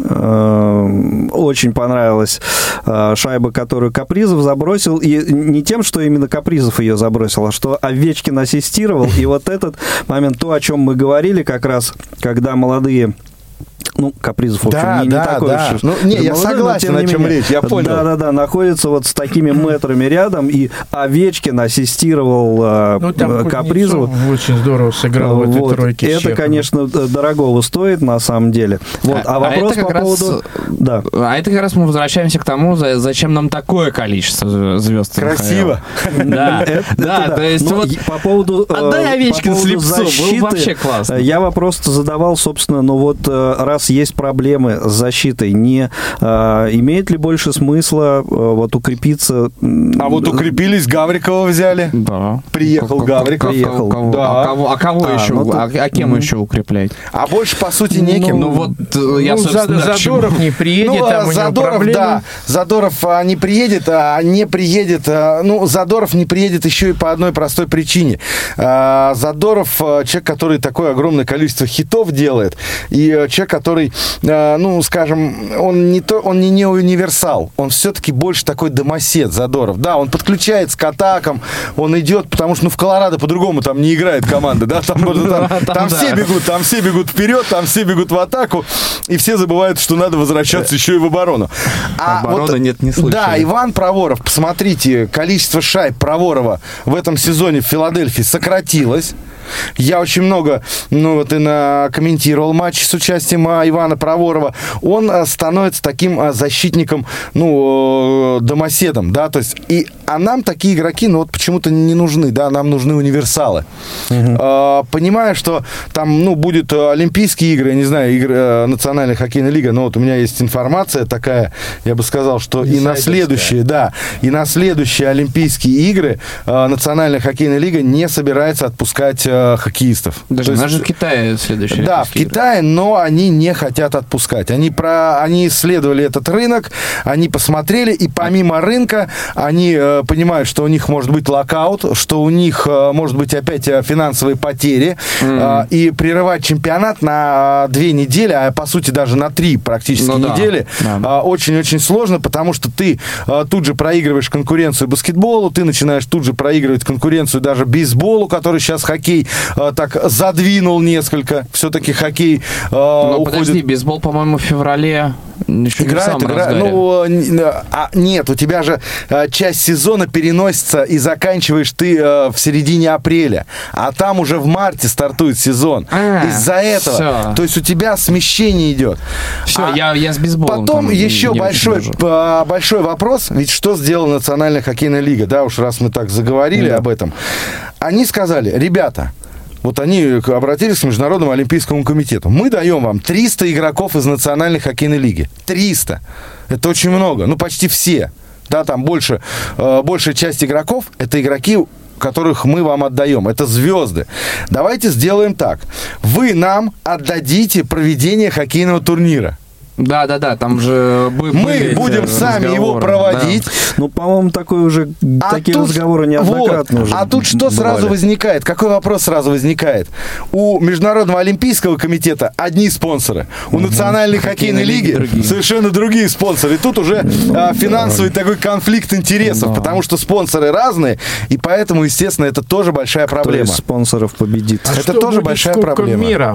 э, очень понравилась э, шайба, которую Капризов забросил, и не тем, что именно Капризов ее забросил, а что Овечкин ассистировал, и вот этот момент, то, о чем мы говорили как раз, когда молодые... Ну, Капризов, в общем, да, не, да, не такой да. уж... Ну, не, я молодой, согласен, о чем речь, я понял. Да-да-да, находится вот с такими метрами рядом, и Овечкин ассистировал ну, Капризову. Очень здорово сыграл вот, в этой тройке. Это, Чехова. Конечно, дорогого стоит, на самом деле. Вот, а, а вопрос а по поводу... Раз, да. А это как раз мы возвращаемся к тому, зачем нам такое количество звезд. Красиво. Да, да, то есть вот... По поводу отдай Овечкин с Липцом, был вообще классно. Я вопрос задавал, собственно, ну вот раз есть проблемы с защитой, не а, имеет ли больше смысла а, вот укрепиться? А вот укрепились, Гаврикова взяли. Да. Приехал Гавриков. Приехал. Кого? Да. А кого, а кого а, еще? Ну, а, а кем mm-hmm. еще укреплять? А больше, по сути, неким. Ну, ну вот я, ну, собственно... Задоров не приедет, ну, там у Задоров, него да. Задоров а, не приедет, а не приедет... А, ну, Задоров не приедет еще и по одной простой причине. А, Задоров а, человек, который такое огромное количество хитов делает, и а, человек, который, а, ну, скажем, он не, то, он не, не универсал, он все-таки больше такой домосед, Задоров. Да, он подключается к атакам, он идет, потому что, ну, в Колорадо по-другому там не играет команда, да, там, там, там все бегут, там все бегут вперед, там все бегут в атаку, и все забывают, что надо возвращаться еще и в оборону. А Оборона вот, нет, не слышали. Да, Иван Проворов, посмотрите, количество шайб Проворова в этом сезоне в Филадельфии сократилось. Я очень много, ну, вот и на, комментировал матч с участием а, Ивана Проворова. Он а, становится таким а, защитником, ну, э, домоседом, да, то есть, и, а нам такие игроки, ну, вот почему-то не нужны, да, нам нужны универсалы. Uh-huh. А, понимая, что там, ну, будет Олимпийские игры, я не знаю, игры а, Национальная хоккейная лига, но вот у меня есть информация такая, я бы сказал, что и на следующие, да, и на следующие Олимпийские игры а, Национальная хоккейная лига не собирается отпускать хоккеистов. Даже есть, даже в Китае следующие. Да, в Китае, но они не хотят отпускать. Они, про, они исследовали этот рынок, они посмотрели, и помимо рынка, они э, понимают, что у них может быть локаут, что у них э, может быть опять финансовые потери, mm. э, и прерывать чемпионат на две недели, а по сути даже на три практически ну, недели, да. Да. Э, очень-очень сложно, потому что ты э, тут же проигрываешь конкуренцию баскетболу, ты начинаешь тут же проигрывать конкуренцию даже бейсболу, который сейчас хоккей так задвинул несколько. Все-таки хоккей э, Но уходит... подожди, бейсбол, по-моему, в феврале еще играет, не в играет. Ну, а, нет, у тебя же а, часть сезона переносится, и заканчиваешь ты а, в середине апреля. А там уже в марте стартует сезон. А, Из-за этого. Все. То есть у тебя смещение идет. Все, а я, я с бейсболом. Потом еще большой, а, большой вопрос. Ведь что сделала Национальная хоккейная лига? Да, уж раз мы так заговорили да. об этом. Они сказали, ребята, вот они обратились к Международному олимпийскому комитету. Мы даем вам триста игроков из Национальной хоккейной лиги. триста. Это очень много. Ну, почти все. Да, там больше, э, большая часть игроков – это игроки, которых мы вам отдаем. Это звезды. Давайте сделаем так. Вы нам отдадите проведение хоккейного турнира. Да-да-да, там же... Мы будем сами его проводить. Да. Ну, по-моему, такой уже, а такие тут, разговоры неоднократно вот, уже А тут что бывали. Сразу возникает? Какой вопрос сразу возникает? У Международного олимпийского комитета одни спонсоры. У угу. Национальной хоккейной лиги другие. совершенно другие спонсоры. И тут уже а, финансовый такой конфликт интересов, да. потому что спонсоры разные, и поэтому, естественно, это тоже большая проблема. Кто из спонсоров победит? А это что тоже будет большая с Кубком проблема. Мира?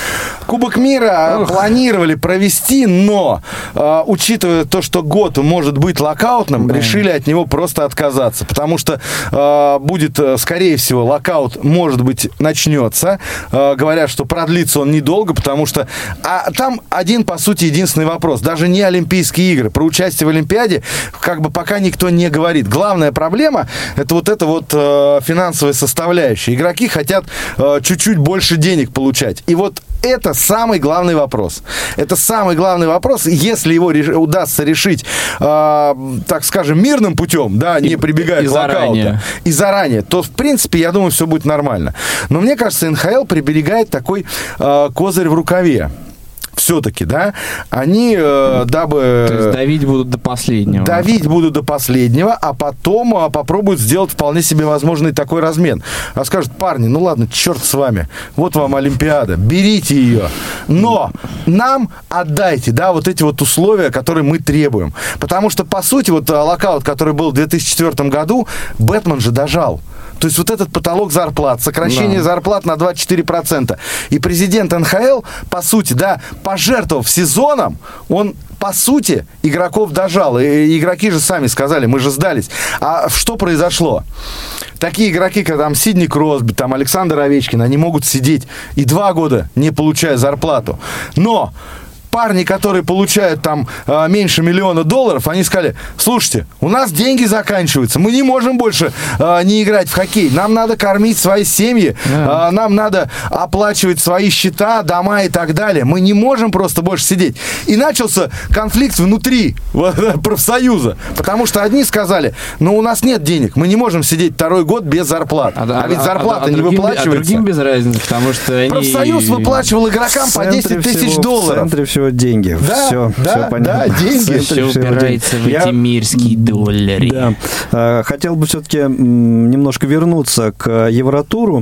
Кубок мира Ох. планировали провести, но, э, учитывая то, что год может быть локаутным, да. решили от него просто отказаться, потому что э, будет, скорее всего, локаут, может быть, начнется. Э, говорят, что продлится он недолго, потому что а там один, по сути, единственный вопрос. Даже не Олимпийские игры. Про участие в Олимпиаде как бы пока никто не говорит. Главная проблема – это вот эта вот э, финансовая составляющая. Игроки хотят э, чуть-чуть больше денег получать. И вот это самый главный вопрос. Это самый главный вопрос. Если его реш... удастся решить, э, так скажем, мирным путем, да, не прибегая к локауту, и заранее, то, в принципе, я думаю, все будет нормально. Но мне кажется, эн ха эл приберегает такой э, козырь в рукаве. Все-таки, да, они, э, дабы... То есть давить будут до последнего. Давить будут до последнего, а потом а, попробуют сделать вполне себе возможный такой размен. А скажут: парни, ну ладно, черт с вами, вот вам Олимпиада, берите ее, но нам отдайте, да, вот эти вот условия, которые мы требуем. Потому что, по сути, вот локаут, который был в две тысячи четвёртом году, Бэтмен же дожал. То есть вот этот потолок зарплат, сокращение да. зарплат на двадцать четыре процента. И президент эн ха эл, по сути, да, пожертвовав сезоном, он, по сути, игроков дожал. И игроки же сами сказали: мы же сдались. А что произошло? Такие игроки, как там Сидни Кросби, там Александр Овечкин, они могут сидеть и два года, не получая зарплату. Но парни, которые получают там э, меньше миллиона долларов, они сказали: слушайте, у нас деньги заканчиваются, мы не можем больше э, не играть в хоккей, нам надо кормить свои семьи, yeah. э, нам надо оплачивать свои счета, дома и так далее, мы не можем просто больше сидеть. И начался конфликт внутри профсоюза, потому что одни сказали: ну у нас нет денег, мы не можем сидеть второй год без зарплат, а, а, а ведь зарплата а, а, не другим, выплачивается. А другим без разницы, потому что они... Профсоюз выплачивал игрокам по десять тысяч долларов. В центре всего деньги. Да, все, да, все понятно. Да, деньги. Все упирается в эти мирские доллары. Да. Хотел бы все-таки немножко вернуться к Евротуру.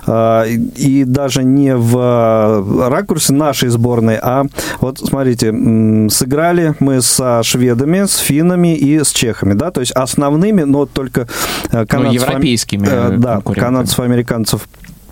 И даже не в ракурсе нашей сборной, а вот смотрите, сыграли мы со шведами, с финнами и с чехами. Да? То есть основными, но только канадцев, ну, европейскими. Да, канадцев, американцев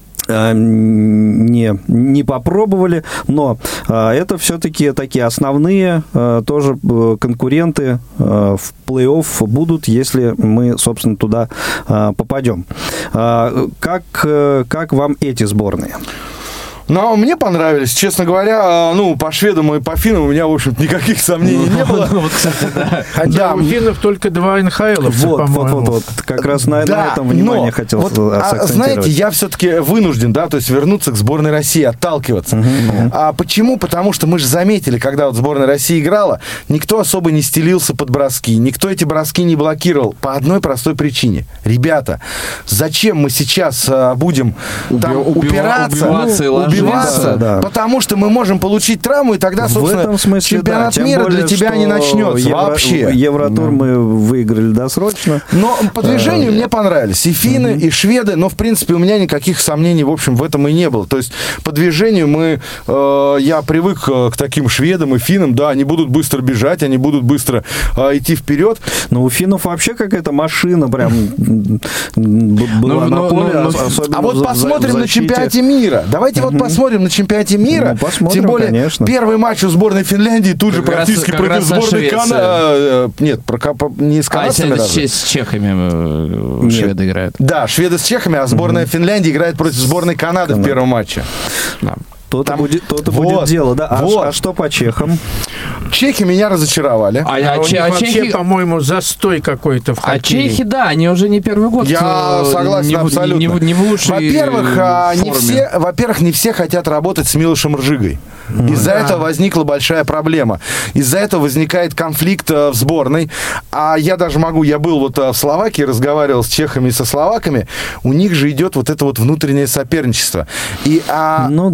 не, не попробовали, но а, это все-таки такие основные а, тоже конкуренты а, в плей-офф будут, если мы, собственно, туда а, попадем. А, как, как вам эти сборные? Но мне понравились, честно говоря, ну, по шведам и по финнам у меня, в общем-то, никаких сомнений не было. Хотя у финнов только два эн ха эловца, по-моему. Вот, вот, как раз на этом внимание хотел акцентировать. Знаете, я все-таки вынужден, да, то есть вернуться к сборной России, отталкиваться. А почему? Потому что мы же заметили, когда вот сборная России играла, никто особо не стелился под броски, никто эти броски не блокировал по одной простой причине. Ребята, зачем мы сейчас будем там упираться, убиваться, да, да. потому что мы можем получить травму, и тогда, собственно, в этом смысле, чемпионат да. мира более, для тебя не начнется Евро... вообще. Евротур mm. мы выиграли досрочно. Но по движению мне понравились и финны, mm-hmm. и шведы, но, в принципе, у меня никаких сомнений, в общем, в этом и не было. То есть по движению мы, э, я привык к таким шведам и финнам, да, они будут быстро бежать, они будут быстро э, идти вперед. Но у финнов вообще какая-то машина прям была на поле. А вот посмотрим на чемпионате мира. Давайте вот посмотрим на чемпионате мира. Ну, посмотрим, тем более, конечно. Первый матч у сборной Финляндии тут как же практически раз, против сборной Канады. Нет, про, не с канадцами. А, с, с чехами Нет. шведы играют. Да, шведы с чехами, а сборная угу. Финляндии играет против сборной Канады Канада. в первом матче. Да. То-то, Там... будет, то-то вот, будет дело, да? А, вот. а что по чехам? Чехи меня разочаровали. А, а, а, че, а вообще, чехи... по-моему, застой какой-то в хоккее. А чехи, да, они уже не первый год. Я согласен, не, абсолютно. Не, не, не в лучшей во-первых, форме. Не все, во-первых, не все хотят работать с Милошем Ржигой. Mm-hmm. Из-за да. этого возникла большая проблема. Из-за этого возникает конфликт в сборной. А я даже могу, я был вот в Словакии, разговаривал с чехами и со словаками, у них же идет вот это вот внутреннее соперничество. И, а... Ну да, да.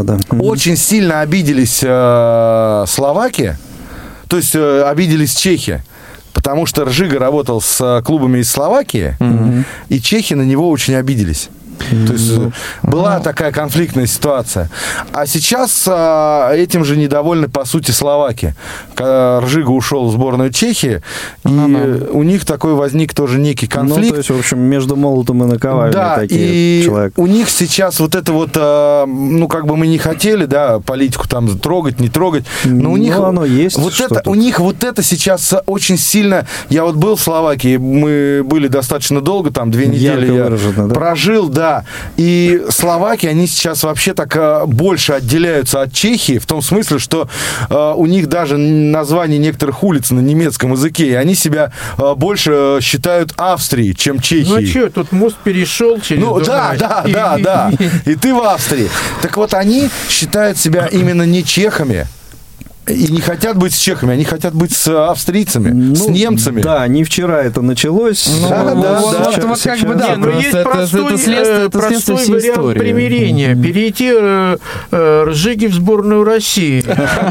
да, да. Очень сильно обиделись э, словаки, то есть э, обиделись чехи. Потому что Ржига работал с клубами из Словакии, mm-hmm. и чехи на него очень обиделись. Mm-hmm. То есть была mm-hmm. такая конфликтная ситуация. А сейчас а, этим же недовольны, по сути, словаки. Когда Ржига ушел в сборную Чехии, mm-hmm. и у них такой возник тоже некий конфликт. Ну, то есть, в общем, между молотом и наковальней да, такие и человек. У них сейчас вот это вот, а, ну, как бы мы не хотели, да, политику там трогать, не трогать, но у ну, них оно есть. Вот это, у них вот это сейчас очень сильно... Я вот был в Словакии, мы были достаточно долго, там две недели я выражено, да? прожил, да. И словаки, они сейчас вообще так а, больше отделяются от Чехии, в том смысле, что а, у них даже название некоторых улиц на немецком языке, и они себя а, больше считают Австрией, чем Чехией. Ну а что, тут мост перешел через Ну да, да, да, да. И ты в Австрии. Так вот, они считают себя именно не чехами. И не хотят быть с чехами, они хотят быть с австрийцами, ну, с немцами. Да, не вчера это началось. Ну, да, да, да. Вот, да. Вот как бы, да, но есть это, простой, это следствие, это простой вариант истории. Примирения. Mm-hmm. Перейти э, э, Ржиги в сборную России.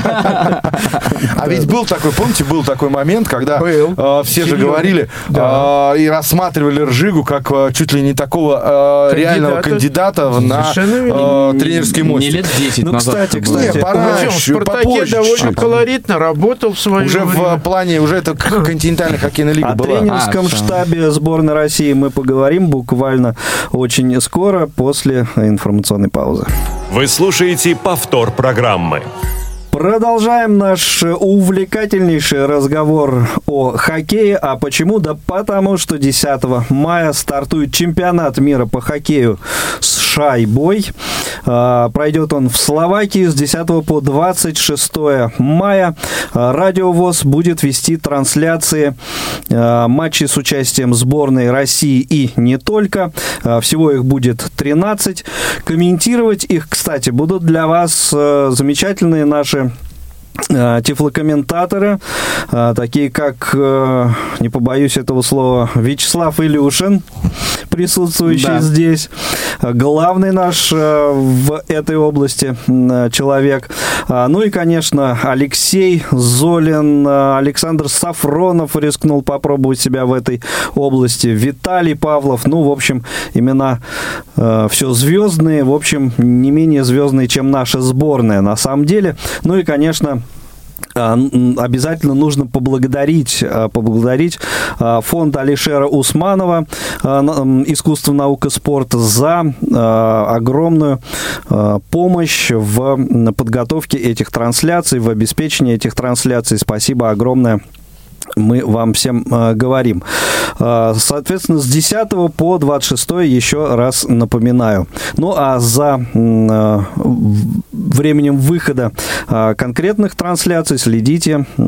А ведь был такой, помните, был такой момент, когда все же говорили и рассматривали Ржигу как чуть ли не такого реального кандидата на тренерский мостик. Не лет десять назад. Ну, кстати, кстати. В «Спартаке» довольно колоритно работал в свое уже время. В плане, уже это континентальная хоккейная лига была. О тренерском а, штабе сборной России мы поговорим буквально очень скоро, после информационной паузы. Вы слушаете повтор программы. Продолжаем наш увлекательнейший разговор о хоккее. А почему? Да потому что десятого мая стартует чемпионат мира по хоккею с шайбой. Пройдет он в Словакии с десятого по двадцать шестое мая. Радио ВОС будет вести трансляции матчей с участием сборной России и не только. Всего их будет тринадцать. Комментировать их, кстати, будут для вас замечательные наши тифлокомментаторы, такие как, не побоюсь этого слова, Вячеслав Илюшин, присутствующий да. здесь, главный наш в этой области человек. Ну и, конечно, Алексей Золин, Александр Сафронов рискнул попробовать себя в этой области, Виталий Павлов, ну, в общем, имена все звездные, в общем, не менее звездные, чем наша сборная на самом деле. Ну и, конечно, обязательно нужно поблагодарить, поблагодарить фонд Алишера Усманова «Искусство, наука, спорт» за огромную помощь в подготовке этих трансляций, в обеспечении этих трансляций. Спасибо огромное. Мы вам всем э, говорим. Э, соответственно, с десятого по двадцать шестое еще раз напоминаю. Ну, а за э, временем выхода э, конкретных трансляций следите э,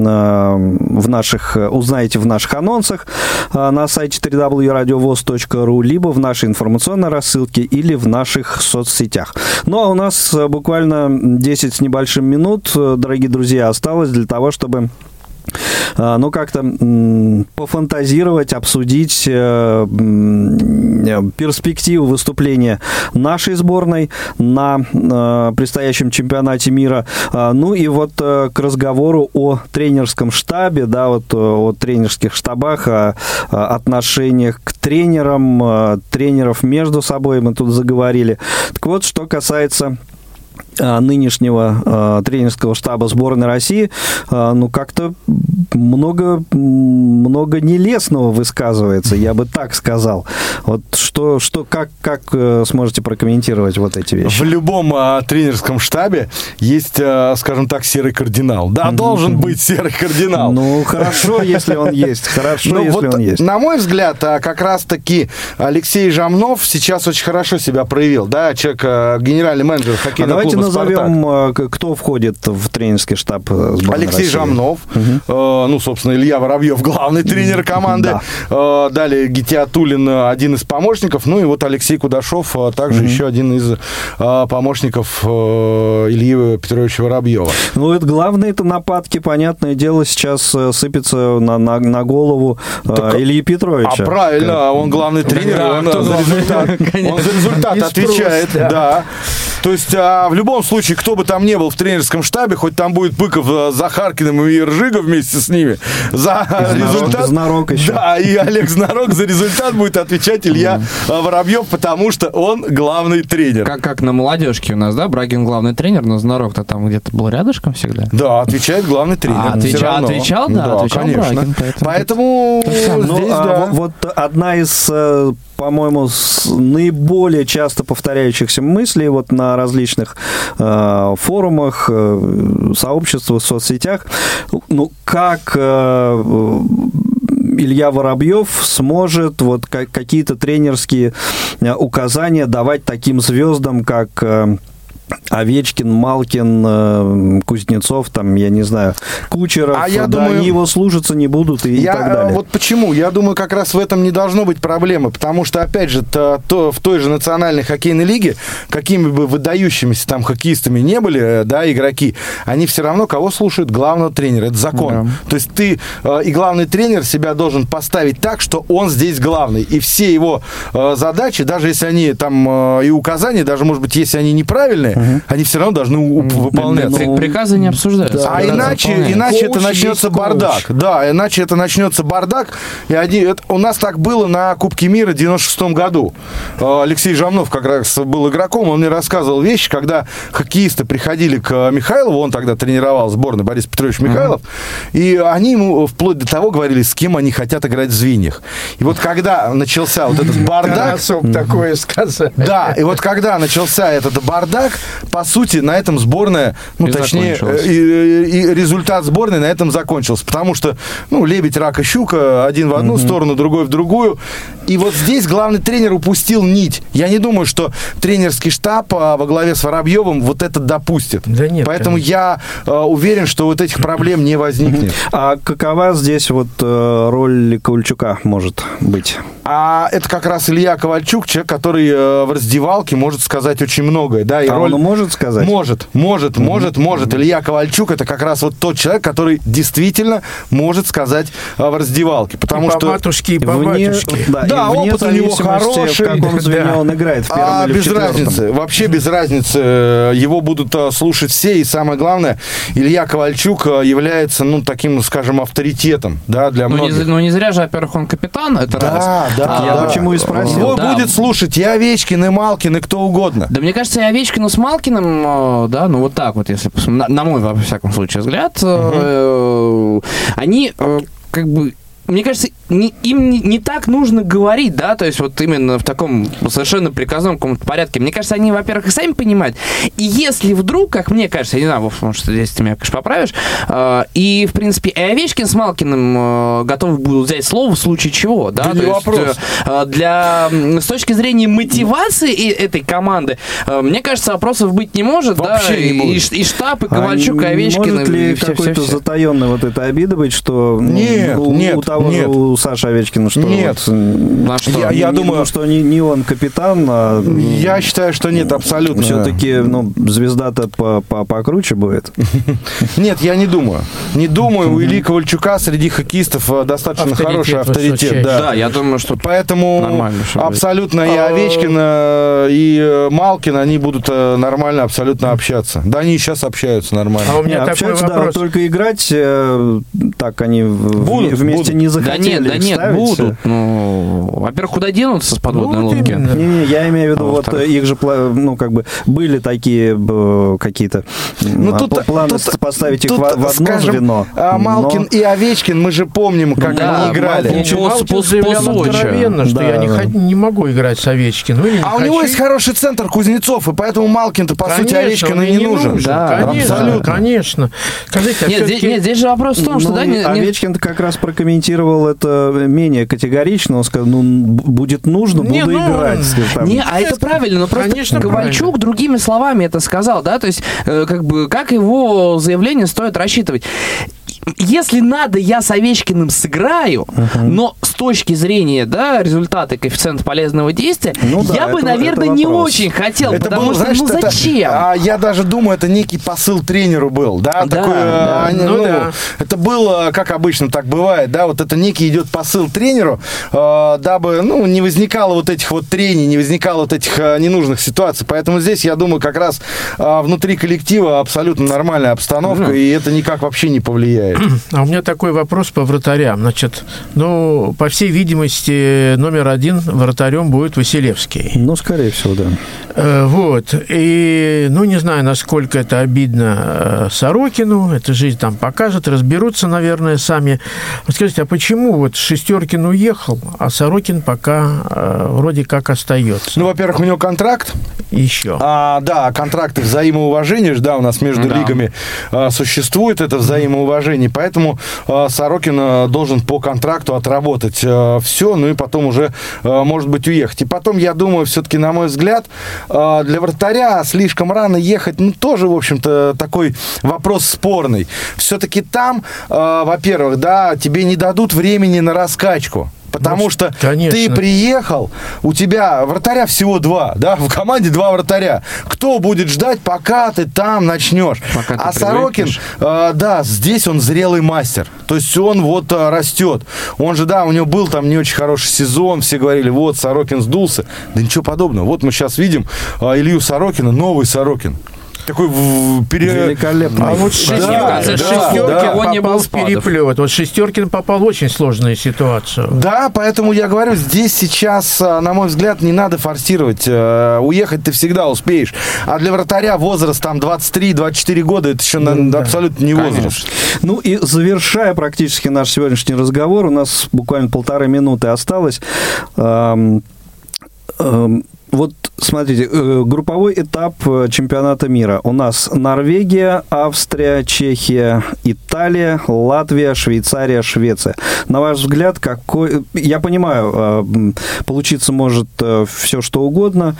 в наших, узнаете в наших анонсах э, на сайте дабл ю дабл ю дабл ю точка радио вос точка ру, либо в нашей информационной рассылке или в наших соцсетях. Ну, а у нас буквально десять с небольшим минут, дорогие друзья, осталось для того, чтобы ну, как-то м, пофантазировать, обсудить э, м, перспективу выступления нашей сборной на э, предстоящем чемпионате мира. А, ну и вот э, к разговору о тренерском штабе, да, вот о тренерских штабах, о, о отношениях к тренерам, э, тренеров между собой мы тут заговорили. Так вот, что касается нынешнего э, тренерского штаба сборной России, э, ну, как-то много, много нелестного высказывается, я бы так сказал. Вот что, что как, как э, сможете прокомментировать вот эти вещи? В любом э, тренерском штабе есть, э, скажем так, серый кардинал. Да, mm-hmm. должен быть серый кардинал. Ну, хорошо, если он есть. Хорошо, если вот, он есть. На мой взгляд, как раз-таки Алексей Жамнов сейчас очень хорошо себя проявил. Да, человек, генеральный менеджер хоккейного клуба назовем, «Спартак». Кто входит в тренерский штаб сборной Алексей России? Жамнов, угу. ну, собственно, Илья Воробьев, главный тренер команды. Да. Далее Гитиатуллин, один из помощников. Ну и вот Алексей Кудашов, также mm-hmm. еще один из помощников Ильи Петровича Воробьева. Ну, это главное, это нападки, понятное дело, сейчас сыпется на, на, на голову так, Ильи Петровича. А правильно, как... он главный тренер, да, он, он за результат, он за результат отвечает. Да. Да. То есть а, в любом случае, кто бы там ни был в тренерском штабе, хоть там будет Быков с Захаркиным и Ржига вместе с ними, за и результат... Знарок еще. Да, и Олег Знарок за результат будет отвечать Илья mm. Воробьев, потому что он главный тренер. Как, как на молодежке у нас, да? Брагин главный тренер, но Знарок-то там где-то был рядышком всегда. Да, отвечает главный тренер. А, отвечал, отвечал, да, да, отвечал конечно. Брагин. Поэтому, поэтому ну, здесь, а, да. Вот одна из... по-моему, с наиболее часто повторяющихся мыслей вот на различных э, форумах, э, сообществах, соцсетях. Ну, как э, Илья Воробьев сможет вот как, какие-то тренерские указания давать таким звездам, как... Э, Овечкин, Малкин, Кузнецов, там, я не знаю, Кучеров, а я да, думаю, они его служиться не будут и, я, и так далее. Вот почему? Я думаю, как раз в этом не должно быть проблемы, потому что, опять же, то, то, в той же национальной хоккейной лиге, какими бы выдающимися там хоккеистами не были, да, игроки, они все равно кого слушают? Главного тренера. Это закон. Да. То есть ты э, и главный тренер себя должен поставить так, что он здесь главный. И все его э, задачи, даже если они там э, и указания, даже, может быть, если они неправильные, Uh-huh. они все равно должны выполняться. Ну, приказы не обсуждаются. Да, а иначе, иначе это начнется коуч. бардак. Да, иначе это начнется бардак. И один, это, у нас так было на Кубке мира в девяносто шестом году. Алексей Жамнов как раз был игроком, он мне рассказывал вещи, когда хоккеисты приходили к Михайлову, он тогда тренировал сборную, Борис Петрович Михайлов, uh-huh. и они ему вплоть до того говорили, с кем они хотят играть в звеньях. И вот когда начался вот этот бардак... такое сказать. Да, и вот когда начался этот бардак, по сути, на этом сборная, ну, и точнее, и, и результат сборной на этом закончился. Потому что, ну, лебедь, рак и щука, один в одну mm-hmm. сторону, другой в другую. И вот здесь главный тренер упустил нить. Я не думаю, что тренерский штаб а, во главе с Воробьевым вот это допустит. Да нет, Поэтому конечно. я а, уверен, что вот этих проблем не возникнет. Mm-hmm. А какова здесь вот а, роль Ковальчука может быть? А это как раз Илья Ковальчук, человек, который а, в раздевалке может сказать очень многое. Да, и а роль... он может сказать? Может, может, mm-hmm. может, может. Mm-hmm. Илья Ковальчук — это как раз вот тот человек, который действительно может сказать а, в раздевалке. Потому и что... по матушке, и по вне, батюшке. Да, да, и опыт у него хороший. В каком звене да. он играет, в первом а, или без в четвертом? разницы, вообще без разницы. Его будут а, слушать все. И самое главное, Илья Ковальчук а, является, ну, таким, скажем, авторитетом, да, для ну, многих. Не, ну, не зря же, во-первых, он капитан, это да, раз. Да, а, я да. почему и спросил. Его да. будет слушать и Овечкин, и Малкин, и кто угодно. Да, мне кажется, и Овечкину с Малкиным, да, ну, вот так вот, если на, на мой, во всяком случае, взгляд, uh-huh. э, они э, как бы... Мне кажется, не, им не, не так нужно говорить, да, то есть вот именно в таком совершенно приказном каком-то порядке. Мне кажется, они, во-первых, и сами понимают. И если вдруг, как мне кажется, я не знаю, Вов, может, здесь ты меня, конечно, поправишь, э, и, в принципе, и Овечкин с Малкиным э, готовы будут взять слово в случае чего, да, да то не есть, вопрос. Э, для, с точки зрения мотивации этой команды, э, мне кажется, вопросов быть не может, вообще да, не и, будет. И, и штаб, и Ковальчук, а и Овечкин. Может ли все, какой-то все, все. затаенный вот эта обида быть, что ну, нет, у, нет, у того нет. же, у Саши Овечкина, что нет. Вот, а что? Я, не, я не, думаю, ну, что не, не он капитан, а я считаю, что нет, абсолютно. Все-таки ну, звезда-то по, по, покруче будет. Нет, я не думаю. Не думаю, у Ильи Ковальчука среди хоккеистов достаточно авторитет хороший авторитет. Да. да, я думаю, что поэтому абсолютно и Овечкин, и Малкин, они будут нормально абсолютно общаться. Да, они и сейчас общаются нормально. А у меня не, такой общаются, вопрос. Да, только играть э, так они будут, вместе будут. не захотели. Да нет, да нет, ставить. будут. Ну, во-первых, куда денутся с подводной ну, лодки? Не-не, я имею в виду, а вот вторых. Их же, ну, как бы, были такие какие-то ну, тут, планы тут, поставить тут, их в, в одно скажем, звено. Малкин но... и Овечкин, мы же помним, как да, они играли. Малкин, Малкин заявлял откровенно, что да, я не, да. х- не могу играть с Овечкиным. А хочу. У него есть хороший центр Кузнецов, и поэтому Малкин-то, по конечно, сути, Овечкину и не нужен. нужен. Да, конечно, абсолютно. Конечно. Скажите, а нет, здесь, нет, здесь же вопрос в том, что... Ну, да, не, Овечкин как раз прокомментировал это менее категорично. Он сказал, ну, будет нужно, не, буду ну, играть. Там. Не, а это правильно, но просто конечно, Ковальчук правильно. другими словами это сказал, да, то есть, э, как бы, как его заявление стоит рассчитывать. если надо, я с Овечкиным сыграю, uh-huh. но с точки зрения, да, результата коэффициента полезного действия, ну, да, я бы, это, наверное, это не очень хотел, это потому было, что, знаешь, ну, это, зачем? А, я даже думаю, это некий посыл тренеру был, да, да, такой, да. А, ну, ну, да. Это было, как обычно так бывает, да, вот это некий идет посыл тренеру, э, дабы, ну, не возникало вот этих вот трений, не возникало вот этих э, ненужных ситуаций, поэтому здесь, я думаю, как раз э, внутри коллектива абсолютно нормальная обстановка, mm-hmm. и это никак вообще не повлияет. А у меня такой вопрос по вратарям. Значит, ну, по всей видимости, номер один вратарем будет Василевский. Ну, скорее всего, да. Э, вот. И, ну, не знаю, насколько это обидно Сорокину. Эта жизнь там покажет. Разберутся, наверное, сами. Вот скажите, а почему вот Шестеркин уехал, а Сорокин пока э, вроде как остается? Ну, во-первых, у него контракт. Еще. А, да, контракты взаимоуважения, да, у нас между да. лигами а, существует это взаимоуважение. Поэтому э, Сорокин э, должен по контракту отработать э, все, ну и потом уже, э, может быть, уехать. И потом, я думаю, все-таки, на мой взгляд, э, для вратаря слишком рано ехать, ну, тоже, в общем-то, такой вопрос спорный. Все-таки там, э, во-первых, да, тебе не дадут времени на раскачку. Потому ну, что конечно. Ты приехал, у тебя вратаря всего два, да, в команде два вратаря. Кто будет ждать, пока ты там начнешь? Пока а Сорокин, э, да, здесь он зрелый мастер. То есть он вот э, растет. Он же, да, у него был там не очень хороший сезон, все говорили, вот, Сорокин сдулся. Да ничего подобного. Вот мы сейчас видим э, Илью Сорокина, новый Сорокин. Такой пере... великолепный. А вот Шестеркин, да, да, Шестеркин да, он не был в переплет. Вот Шестеркин попал в очень сложную ситуацию. Да, поэтому я говорю, здесь сейчас, на мой взгляд, не надо форсировать. Уехать ты всегда успеешь. А для вратаря возраст там двадцать три - двадцать четыре года, это еще ну, да, абсолютно не конечно. Возраст. Ну и завершая практически наш сегодняшний разговор, у нас буквально полторы минуты осталось. Эм, эм, Вот смотрите, групповой этап чемпионата мира. У нас Норвегия, Австрия, Чехия, Италия, Латвия, Швейцария, Швеция. На ваш взгляд, какой... Я понимаю, получиться может все что угодно,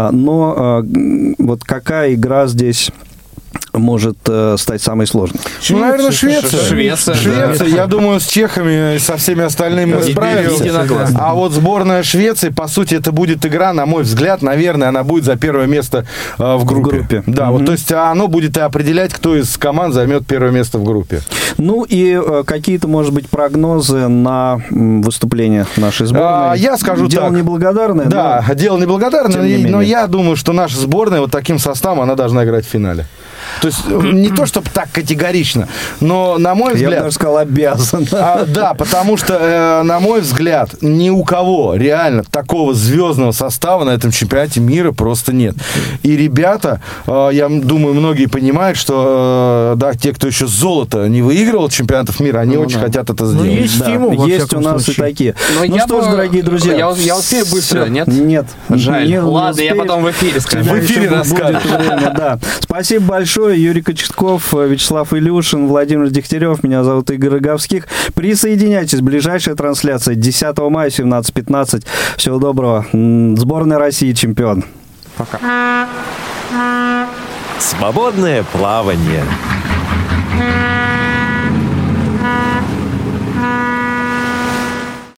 но вот какая игра здесь может э, стать самой сложной? Ну, наверное, Швеция. Швеция, Швеция. Да. Я думаю, с чехами и со всеми остальными мы справимся. А вот сборная Швеции, по сути, это будет игра, на мой взгляд, наверное, она будет за первое место э, в группе. В группе. Да, mm-hmm. вот, то есть оно будет и определять, кто из команд займет первое место в группе. Ну и э, какие-то, может быть, прогнозы на выступление нашей сборной? А, я скажу дело так. Дело неблагодарное. Да, но... дело неблагодарное, но я думаю, что наша сборная вот таким составом, она должна играть в финале. То есть не то, чтобы так категорично, но, на мой взгляд... Я бы даже сказал, обязан. А, да, потому что, э, на мой взгляд, ни у кого реально такого звездного состава на этом чемпионате мира просто нет. И ребята, э, я думаю, многие понимают, что э, да, те, кто еще золото не выигрывал чемпионатов мира, они ну, очень да. хотят это сделать. Ну, есть да. стимул, есть у нас случае. И такие. Но ну что ж, дорогие друзья... Я, я успею быстро, нет? Нет. Жаль. Не, Ладно, не я потом в эфире скажу. В эфире расскажу. Да. Спасибо большое. Юрий Кочетков, Вячеслав Илюшин, Владимир Дегтярев. Меня зовут Игорь Роговских. Присоединяйтесь. Ближайшая трансляция десятого мая, семнадцать пятнадцать. Всего доброго. Сборная России чемпион. Пока. Свободное плавание.